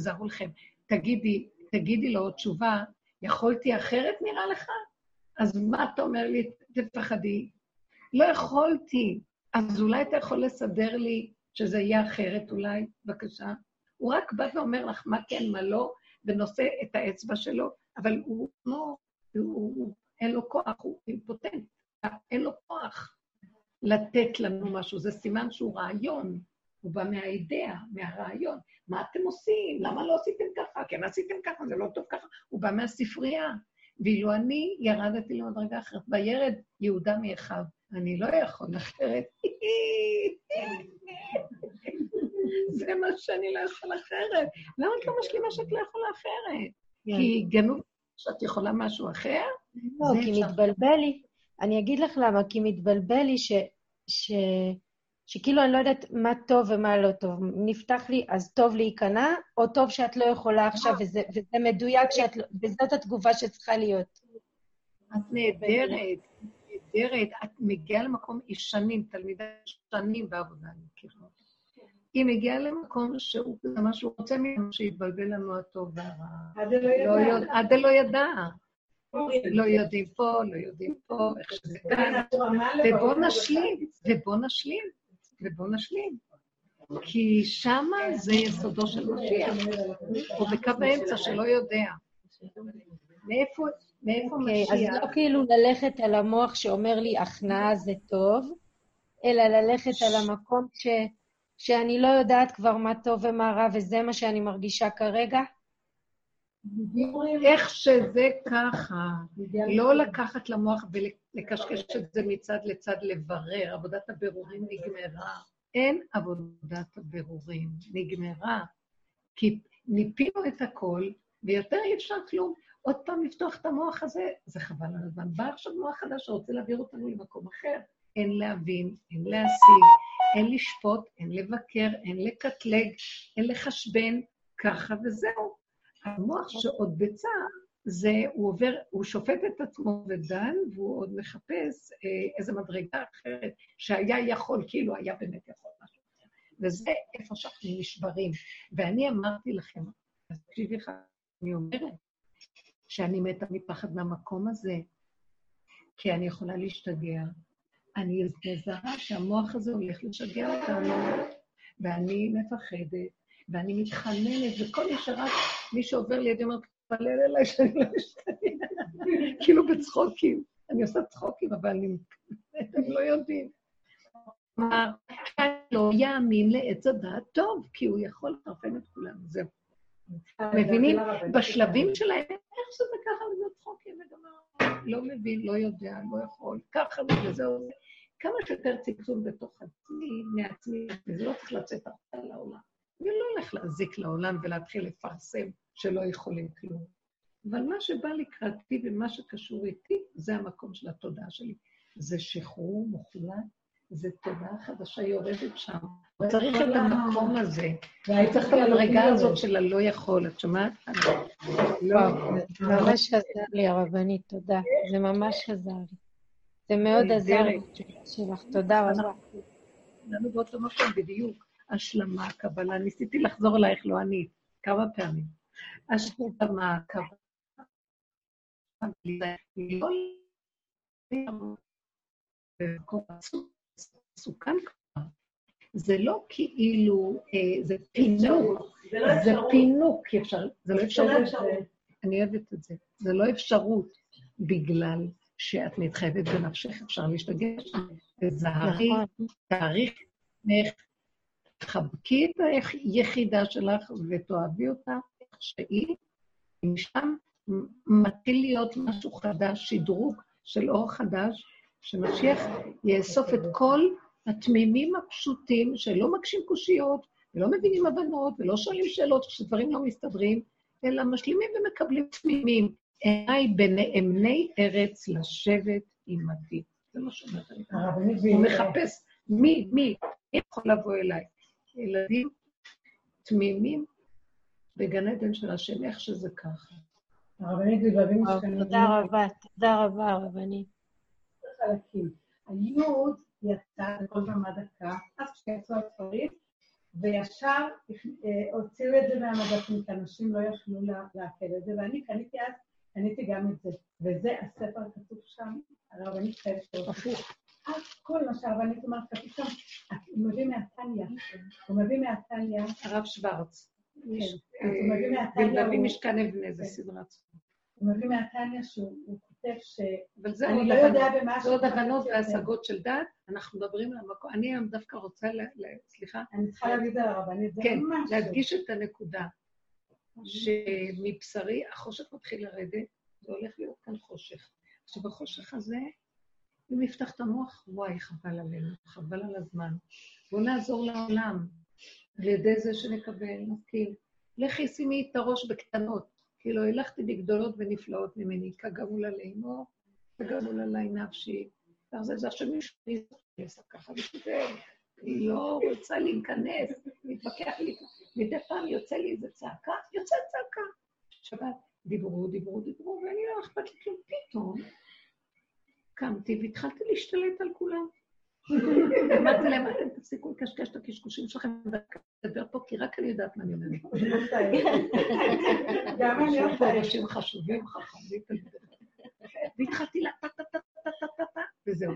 תגידי לו תשובה, יכולתי אחרת נראה לך? אז מה אתה אומר לי, תפחדי? לא יכולתי. אז אולי אתה יכול לסדר לי שזה יהיה אחרת אולי? בבקשה. הוא רק בא ואומר לך מה כן, מה לא, ונושא את האצבע שלו, אבל הוא אין לו כוח, הוא אימפוטנט, אין לו כוח לתת לנו משהו. זה סימן שהוא רעיון, הוא בא מהאידאה, מהרעיון. מה אתם עושים? למה לא עשיתם ככה? כן, עשיתם ככה, זה לא טוב ככה. הוא בא מהספרייה. ואילו אני ירדתי למדרגה אחרת, וירד יהודה מאחיו. אני לא יכול אחרת. זה מה שאני לא יכול אחרת. למה את לא משלימה שאת לא יכולה אחרת? כי גנוב שאת יכולה משהו אחר? לא, כי מתבלבל לי. אני אגיד לך למה, כי מתבלבל לי שכאילו אני לא יודעת מה טוב ומה לא טוב. נפתח לי, אז טוב להיכנע, או טוב שאת לא יכולה עכשיו, וזה מדויק, וזאת התגובה שצריכה להיות. את נהדרת. את מגיעה למקום אישנים, תלמידה אישנים בעבודה, אני מכירה. היא מגיעה למקום שהוא משהו רוצה ממנו שיתבלבל לנו הטוב והרע. עד לא ידע. לא יודעים פה, איך שזה כאן. ובוא נשלים. כי שמה זה יסודו של משיח. או בקו האמצע שלא יודע. מאיפה משיח? אז לא כאילו ללכת על המוח שאומר לי, הכנעה זה טוב, אלא ללכת על המקום שאני לא יודעת כבר מה טוב ומה רע, וזה מה שאני מרגישה כרגע. איך שזה ככה, לא לקחת למוח ולקשקש את זה מצד לצד לברר, עבודת הבירורים נגמרה. אין עבודת הבירורים, נגמרה. כי ניפינו את הכל, ויותר אי אפשר כלום. עוד פעם לפתוח את המוח הזה, זה חבל על הזמן. בא עכשיו מוח חדש שרוצה להעביר אותנו למקום אחר. אין להבין, אין להשיג, אין לשפוט, אין לבקר, אין לקטלג, אין לחשבן, ככה וזהו. המוח שעוד בצער, הוא שופט את עצמו ודן, והוא עוד מחפש איזו מדרגה אחרת, שהיה יכול, כאילו היה באמת יכול משהו אחר. וזה איפה שאנחנו נשברים. ואני אמרתי לכם, אז תקשיבי לך, אני אומרת, שאני מתה מפחד מהמקום הזה, כי אני יכולה להשתגע. אני מזהה שהמוח הזה הולך לשגע אותנו, ואני מפחדת, ואני מתחננת, וכל ישרת, מי שעובר לידי אומר, תפלל אליי שאני לא אשתגע. כאילו בצחוקים. אני עושה צחוקים, אבל אתם לא יודעים. כלומר, אני לא יאמין לעץ הדעת טוב, כי הוא יכול לחרפן את כולם. זהו. מבינים? בשלבים שלהם, איך שזה ככה וזה צחוקים, וגם לא מבין, לא יודע, לא יכול, ככה וזהו. כמה שיותר צמצום בתוך עצמי, מעצמי, וזה לא צריך לצאת הרבה לעולם. אני לא הולך להזיק לעולם ולהתחיל לפרסם שלא יכולים כלום. אבל מה שבא לקראתי ומה שקשור איתי, זה המקום של התודעה שלי. זה שחרור מוחלט, זה תודעה חדשה יורדת שם. צריך את המקום הזה. צריך את המדרגה הזאת של הלא יכול, את שומעת? לא, זה ממש עזר לי, הרבנית, תודה. זה ממש עזר לי. זה מאוד עזר לי שלך, תודה רבה. לנו באותו מקום בדיוק, השלמה, קבלה, ניסיתי לחזור אלייך, לא אני, כמה פעמים. השלמה, קבלה, במקום מסוכן כבר. זה לא כאילו, זה פינוק. זה פינוק, זה לא אפשרות. אני אוהבת את זה. זה לא אפשרות, בגלל שאת מתחייבת בנפשך, אפשר להשתגש. וזהרי, תאריך, תחבקי את היחידה שלך ותאהבי אותה איך שהיא, משם מתחיל להיות משהו חדש, שדרוג של אור חדש, שמשיח יאסוף את כל התמימים הפשוטים שלא מקשים קושיות, ולא מבינים הבנות, ולא שואלים שאלות כשדברים לא מסתדרים, אלא משלימים ומקבלים תמימים. עיניי בנאמני ארץ לשבת עמדי. זה מה שאומרת אני. הוא מחפש מי יכול לבוא אליי. ילדים תמימים בגן עדן של השם, איך שזה ככה. הרבנית בלבבים משכנים. תודה רבה, הרבנית. חלקים. היוד יצא לכל זמן דקה, אז כשיצאו הספרים, וישר הוציאו את זה מהמדפים, כי אנשים לא יכלו לעכל את זה, ואני קניתי גם את זה, וזה הספר הכתוב שם, הרבנית חייבת הפוך. אז כל מה שהרבנית אומרת, כתוב שם, הוא מביא מהתניה, הרב שוורץ. הוא מביא מהתניה, בלבבים משכן אבנה, זה סדרת. הוא מביא מהתניה שהוא כותב אני לא יודע במה... זה עוד הבנות והשגות של דת, אנחנו מדברים על המקום, אני היום דווקא רוצה, סליחה? אני צריכה להגיד על הרבנית, זה כן, ממש... להדגיש את הנקודה, שמבשרי החושך מתחיל לרדת, זה הולך להיות כאן חושך. עכשיו, בחושך הזה, אם נפתח את המוח, וואי, חבל עלינו, חבל על הזמן. בואו נעזור לעולם, על ידי זה שנקבל, נזכיר. לכי שימי את הראש בקטנות, כאילו הלכתי בגדולות ונפלאות ממני, כגמול עלי מור, כגמול עלי נפשי. זה עכשיו מישהו ניסה ככה ושתהיה, היא לא רוצה להיכנס, להתווכח לי, מדי פעם יוצא לי איזה צעקה, יוצאת צעקה. שבת, דיברו, ואני לא אכפת לי כלום, פתאום קמתי והתחלתי להשתלט על כולם. אמרתי להם, אתם תפסיקו לקשקש את הקשקושים שלכם, לדבר פה, כי רק אני יודעת מה אני אומרת. גם אני יש פה אנשים חשובים, חכמים, והתחלתי לה, וזהו.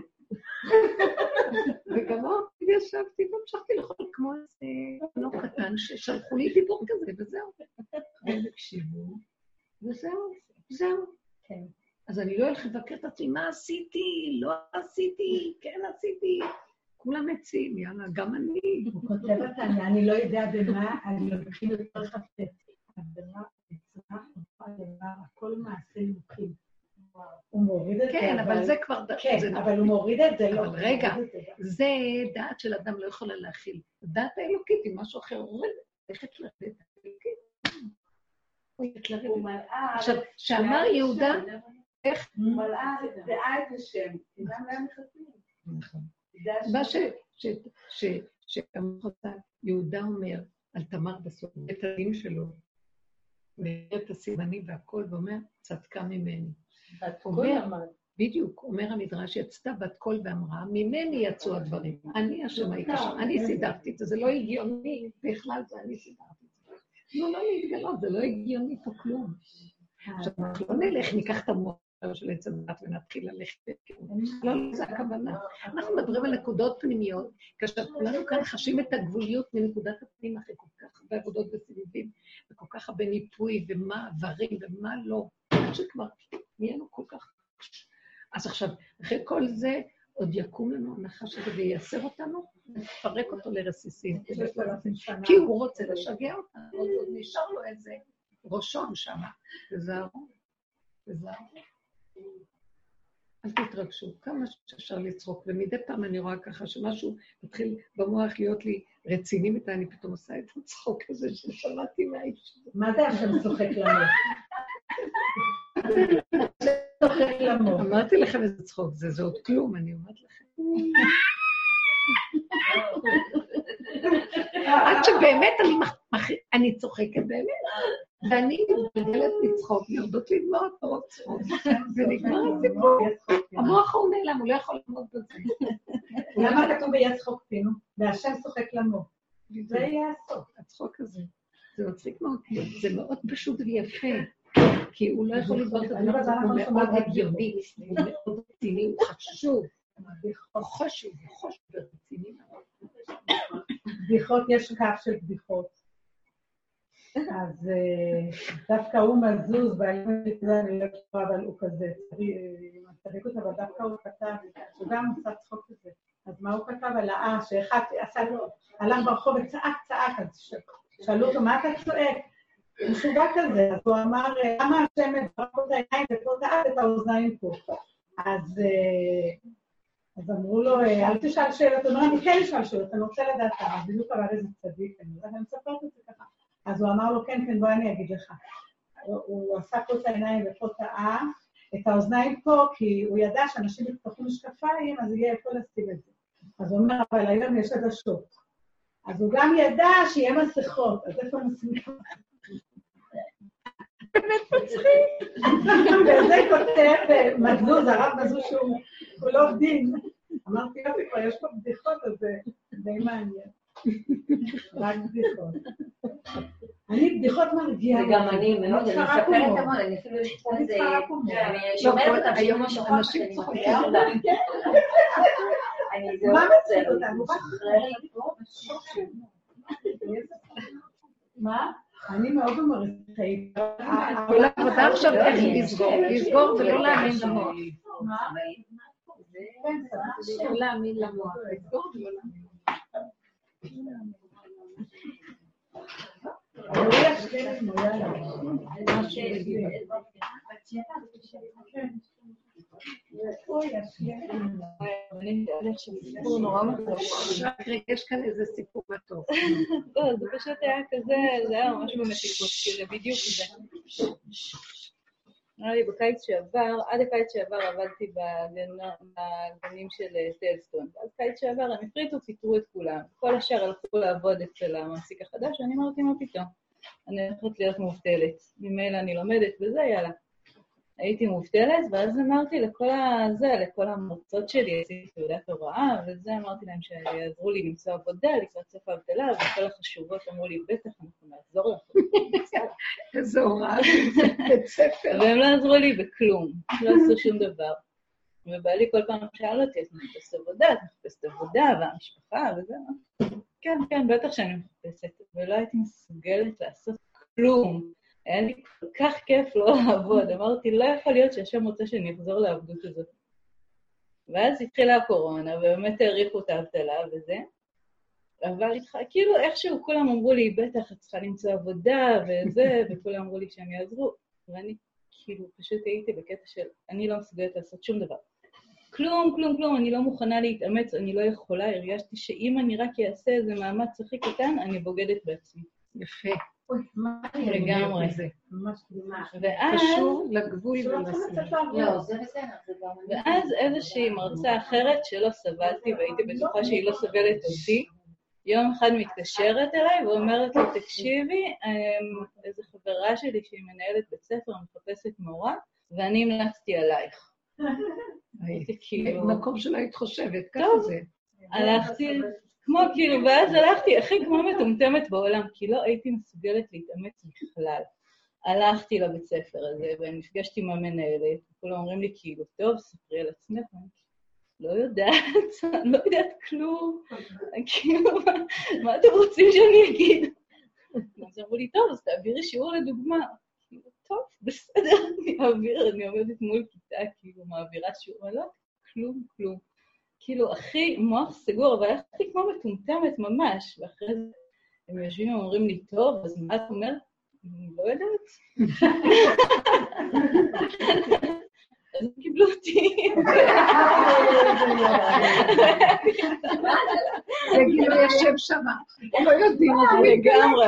וגם ישבתי והמשכתי לאכול כמו איזה בנו קטן, ששלחו לי דיבור כזה, וזהו. והם הקשיבו, וזהו. אז אני לא הולך לבקר את עצמי, מה עשיתי? לא עשיתי, כן עשיתי. כולם עצים, יאללה, גם אני. הוא כותב אותנו, אני לא יודע במה, אני לוקחים יותר חפת. הדבר, מצרה, הכל מעשה לוקחים. הוא מוריד את זה. כן, אבל זה כבר... כן, אבל הוא מוריד את זה. אבל רגע, זה דעת של אדם לא יכולה להכיל. דעת האלוקית היא משהו אחר, הוא הולכת לדעת האלוקית. עכשיו, שאמר יהודה, איך? מלאה דעה את השם, גם להם מחתנים. נכון. מה שיהודה אומר על תמר בסוף, את הדין שלו, ואת הסימנים והכל, ואומר, צדקה ממני. בדיוק, אומר המדרש, יצתה בת קול ואמרה, ממני יצאו הדברים. אני השם הייתה שם, אני סידרתי את זה, זה לא הגיוני, בכלל זה אני סידרתי את זה. לא להתגלות, זה לא הגיוני פה כלום. עכשיו, אנחנו לא נלך, ניקח את המוח של עץ הדת ונתחיל ללכת. לא, זה הכוונה. אנחנו מדברים על נקודות פנימיות, כאשר כולנו כאן חשים את הגבוליות מנקודת הפנים אחרי כל כך הרבה עבודות וסיבובים, וכל כך הרבה ניפוי ומה עברים ומה לא. שכבר נהיינו כל כך... אז עכשיו, אחרי כל זה, עוד יקום לנו הנחש הזה וייסר אותנו, ונפרק אותו לרסיסים. כי הוא רוצה לשגע אותנו, עוד נשאר לו איזה ראשון שם. וזהרו. אל תתרגשו, כמה שאפשר לצחוק, ומדי פעם אני רואה ככה שמשהו מתחיל במוח להיות לי רציני מתי, אני פתאום עושה את הצחוק הזה ששמעתי מהאיש. מה זה השם צוחק לנו? אמרתי לכם איזה צחוק, זה עוד כלום, אני אומרת לכם. עד שבאמת אני צוחקת באמת, ואני מתגלת לצחוק, יורדות לי דמעות פרות צחוק, ונגמר הסיפור. המוח הוא נעלם, הוא לא יכול לעמוד בזה. למה כתוב ביצחוק פינו? והשם צוחק למוח. זה יהיה הצחוק. הצחוק הזה. זה מצחיק מאוד, זה מאוד פשוט ויפה. כי הוא לא יכול לגבור את הדבר הזה, הוא מאוד הגיוני, הוא מאוד רציני, הוא חשוב, חושי ברציני. בדיחות, יש קו של בדיחות. אז דווקא הוא מזוז, אני לא קורא, אבל הוא כזה, צריך אותה, אבל דווקא הוא כתב, הוא גם עושה צחוק את זה. אז מה הוא כתב על שאחד עשה לו, הלך ברחוב וצעק, אז שאלו אותו, מה אתה צועק? הוא משוגע כזה, אז הוא אמר, למה השם מברק את העיניים ופה את האוזניים פה? אז אמרו לו, אל תשאל שאלות, הוא אומר, אני כן אשאל שאלות, אני רוצה לדעת כמה, בדיוק אבל איזה צדיק, אני מספרת את זה ככה. אז הוא אמר לו, כן, בוא אני אגיד לך. הוא עשה פה את העיניים ופה את האוזניים פה, כי הוא ידע שאנשים יפתחו משקפיים, אז יהיה איפה לשים את זה. אז הוא אומר, אבל היום יש עדשות. אז הוא גם ידע שיהיה מסכות, אז איפה נשים? באמת מצחיק. וזה כותב מזוז, הרב מזוז שהוא לא דין. אמרתי, יופי, כבר יש פה בדיחות, אז זה די מעניין. רק בדיחות. אני בדיחות מרגיעה. וגם אני מאוד, אני מספרת המון, אני אפילו יש פה איזה... אני שומעת אותם היום השחור, אני מפריעה אותם. אני זה מצחיק אותנו? מה? אני מאוד אומרת חיים. כל העבודה עכשיו איך לסגור ולא להאמין למוח. מה? לא להאמין למוח. לסגור ולא להאמין. יש כאן איזה סיפור בטוב. לא, זה פשוט היה כזה, זה היה ממש במתיקות, כי זה בדיוק זה. נראה לי בקיץ שעבר, עד הקיץ שעבר עבדתי בגנים של טלסטון, ואז קיץ שעבר הם הפריטו, פיטרו את כולם. כל השאר הלכו לעבוד אצל המעסיק החדש, ואני אמרתי מה פתאום. אני הולכת להיות מובטלת, ממילא אני לומדת וזה, יאללה. הייתי מובטלת, ואז אמרתי לכל המרצות שלי, עשיתי תעודת הוראה, וזה אמרתי להם שיעזרו לי למצוא עבודה, לקראת סוף האבטלה, וכל החשובות אמרו לי, בטח, אנחנו נעזור לך. איזה הוראה, בית ספר. והם לא עזרו לי בכלום, לא עשו שום דבר. ובעלי כל פעם שאל אותי, את מחפשת עבודה, והמשפחה, וזה. כן, בטח שאני מחפשת, ולא הייתי מסוגלת לעשות כלום. היה לי כל כך כיף לא לעבוד. אמרתי, לא יכול להיות שהשם רוצה שאני אחזור לעבדות הזאת. ואז התחילה הקורונה, ובאמת העריכו את האבטלה וזה. אבל כאילו איכשהו כולם אמרו לי, בטח, את צריכה למצוא עבודה וזה, וכולם אמרו לי שהם יעזרו. ואני כאילו פשוט הייתי בקטע של, אני לא מסוגלת לעשות שום דבר. כלום, אני לא מוכנה להתאמץ, אני לא יכולה. הרגשתי שאם אני רק אעשה איזה מאמץ הכי קטן, אני בוגדת בעצמי. יפה. לגמרי. ואז קשור לגבול ואז איזושהי מרצה אחרת שלא סבלתי, והייתי בטוחה שהיא לא סבלת אותי, יום אחד מתקשרת אליי ואומרת לי, תקשיבי, איזו חברה שלי שהיא מנהלת בית ספר, מחפשת מורה, ואני המלצתי עלייך. הייתי כאילו... מקום שלא היית חושבת, ככה זה. הלכתי... כמו כאילו, ואז הלכתי הכי כמו מטומטמת בעולם, כי לא הייתי מסוגלת להתאמץ בכלל. הלכתי לבית ספר הזה, ונפגשתי עם המנהלת, וכולם אומרים לי כאילו, טוב, ספרי על עצמך, לא יודעת כלום, כאילו, מה אתם רוצים שאני אגיד? אז אמרו לי, טוב, אז תעבירי שיעור לדוגמה. כאילו, טוב, בסדר, אני עובדת מול כיתה, כאילו, מעבירה שיעור, לא, כלום. כאילו, הכי מוח סגור, אבל הכי כמו מטומטמת ממש, ואחרי זה הם יושבים ואומרים לי, טוב, אז מה את אומרת? אני לא יודעת. אז הם קיבלו אותי. זה כאילו יושב שמה. הם לא יודעים. לגמרי.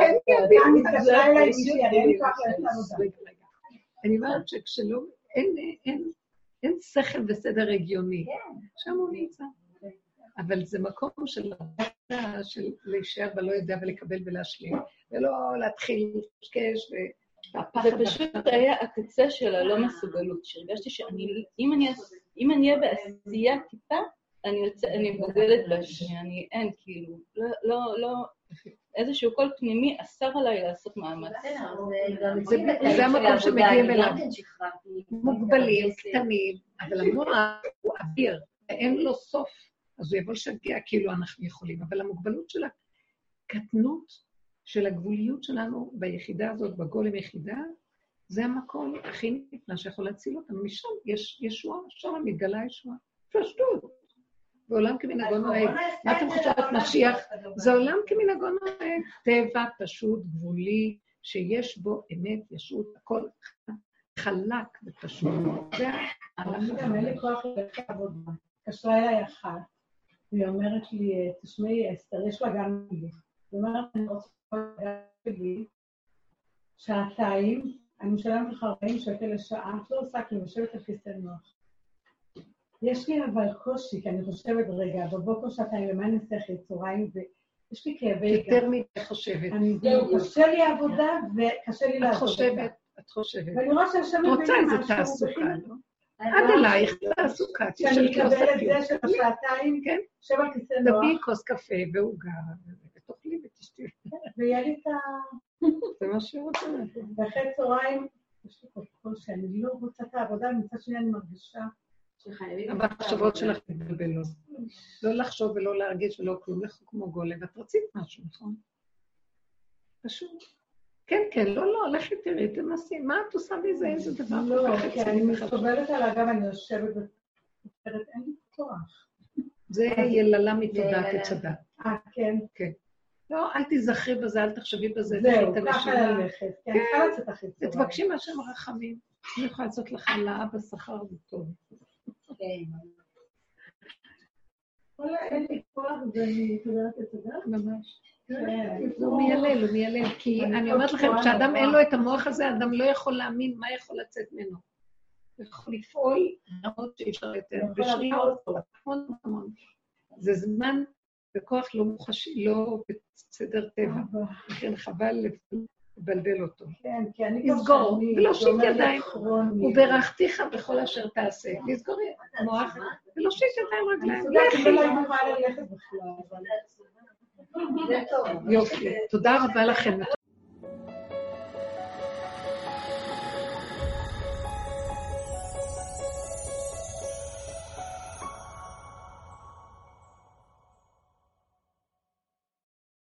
אני אומרת שכשלא, אין שכל וסדר הגיוני. שם הוא נמצא. אבל זה מקום של להישאר ולא יודע ולקבל ולהשלים, ולא להתחיל לקשקש זה פשוט היה הקצה של הלא מסוגלות, שהרגשתי שאם אני אהיה בעשייה טיפה, אני מבוגלת בעצמי, אין כאילו, לא, איזשהו קול פנימי אסר עליי לעשות מאמץ. זה המקום שמגיעים אליו. מוגבלים, קטנים, אבל המוח הוא אוויר. אין לו סוף, אז הוא יבוא לשגע כאילו אנחנו יכולים, אבל המוגבלות של הקטנות, של הגבוליות שלנו ביחידה הזאת, בגולם יחידה, זה המקום הכי נפלא שיכול להציל אותנו. משם יש ישועה, שם מתגלה ישועה. פשטות. ועולם כמנהגו נוהג. מה אתם חושבת משיח? זה עולם כמנהגו נוהג. טבע פשוט, גבולי, שיש בו אמת, ישות, הכל חלק ופשוט. זה ההלכה. גם אין לי כוח ללכת עבודה. קשרה אליי אחת, והיא אומרת לי, תשמעי אסתר, יש לה גם לי. היא אומרת, אני רוצה גם לי, שעתיים, אני משלמת לך 40 שקל לשעה, את לא עושה כלום, יושבת על כיסא נוח. יש לי אבל קושי, כי אני חושבת, רגע, בבוקר שעתיים, למה אני אעשה אחרי צהריים, ויש לי כאבי... יותר מדי חושבת. זהו, קשה לי העבודה, וקשה לי לעשות אותה. את חושבת. ואני רואה שהשם מבין רוצה איזה תעסוקה, לא? עד אלייך תעסוקה, שאני אקבל את זה של השעתיים, שב על כיסא נוח. תביאי כוס קפה ועוגה, ותאכלי ותשתי. ויהיה לי את ה... זה מה שהוא רוצה. ואחרי צהריים, יש לי כל שאני לא רוצה את העבודה, ומצד שני אני מרגישה... המחשבות שלך מתבלבלות. לא לחשוב ולא להרגיש ולא כלום, לך כמו גולם, ואת רצית משהו, נכון? פשוט. כן, כן, לא, לכי תראי, תנסי, מה את עושה בזה, איזה דבר? לא, כי אני מסתובבת על הגב, אני יושבת ותפרת, אין לי כוח. זה יללה מתודה כצדה. כן. כן. לא, אל תזכרי בזה, אל תחשבי בזה. זהו, ככה ללכת. כן, צריכה לצאת הכי צורה. תתבקשי מה שהם רחמים. אני יכולה לעשות לך העלאה בשכר וטוב. וואלה, אין לי כוח, ואני תודעת את זה. ממש. הוא מיילל, כי אני אומרת לכם, כשאדם אין לו את המוח הזה, אדם לא יכול להאמין מה יכול לצאת ממנו. הוא יכול לפעול, למרות שאי אפשר יותר, בשניות, המון. זה זמן וכוח לא מוחשי, לא בסדר טבע. לכן חבל לבלבל אותו. כן, כי אני לסגור, ולהושיט ידיים. וברכתיך בכל אשר תעשה. לסגור מוח, ולהושיט ידיים רגליים. אני לא יכולה ללכת בכלל. יופי, תודה רבה לכם.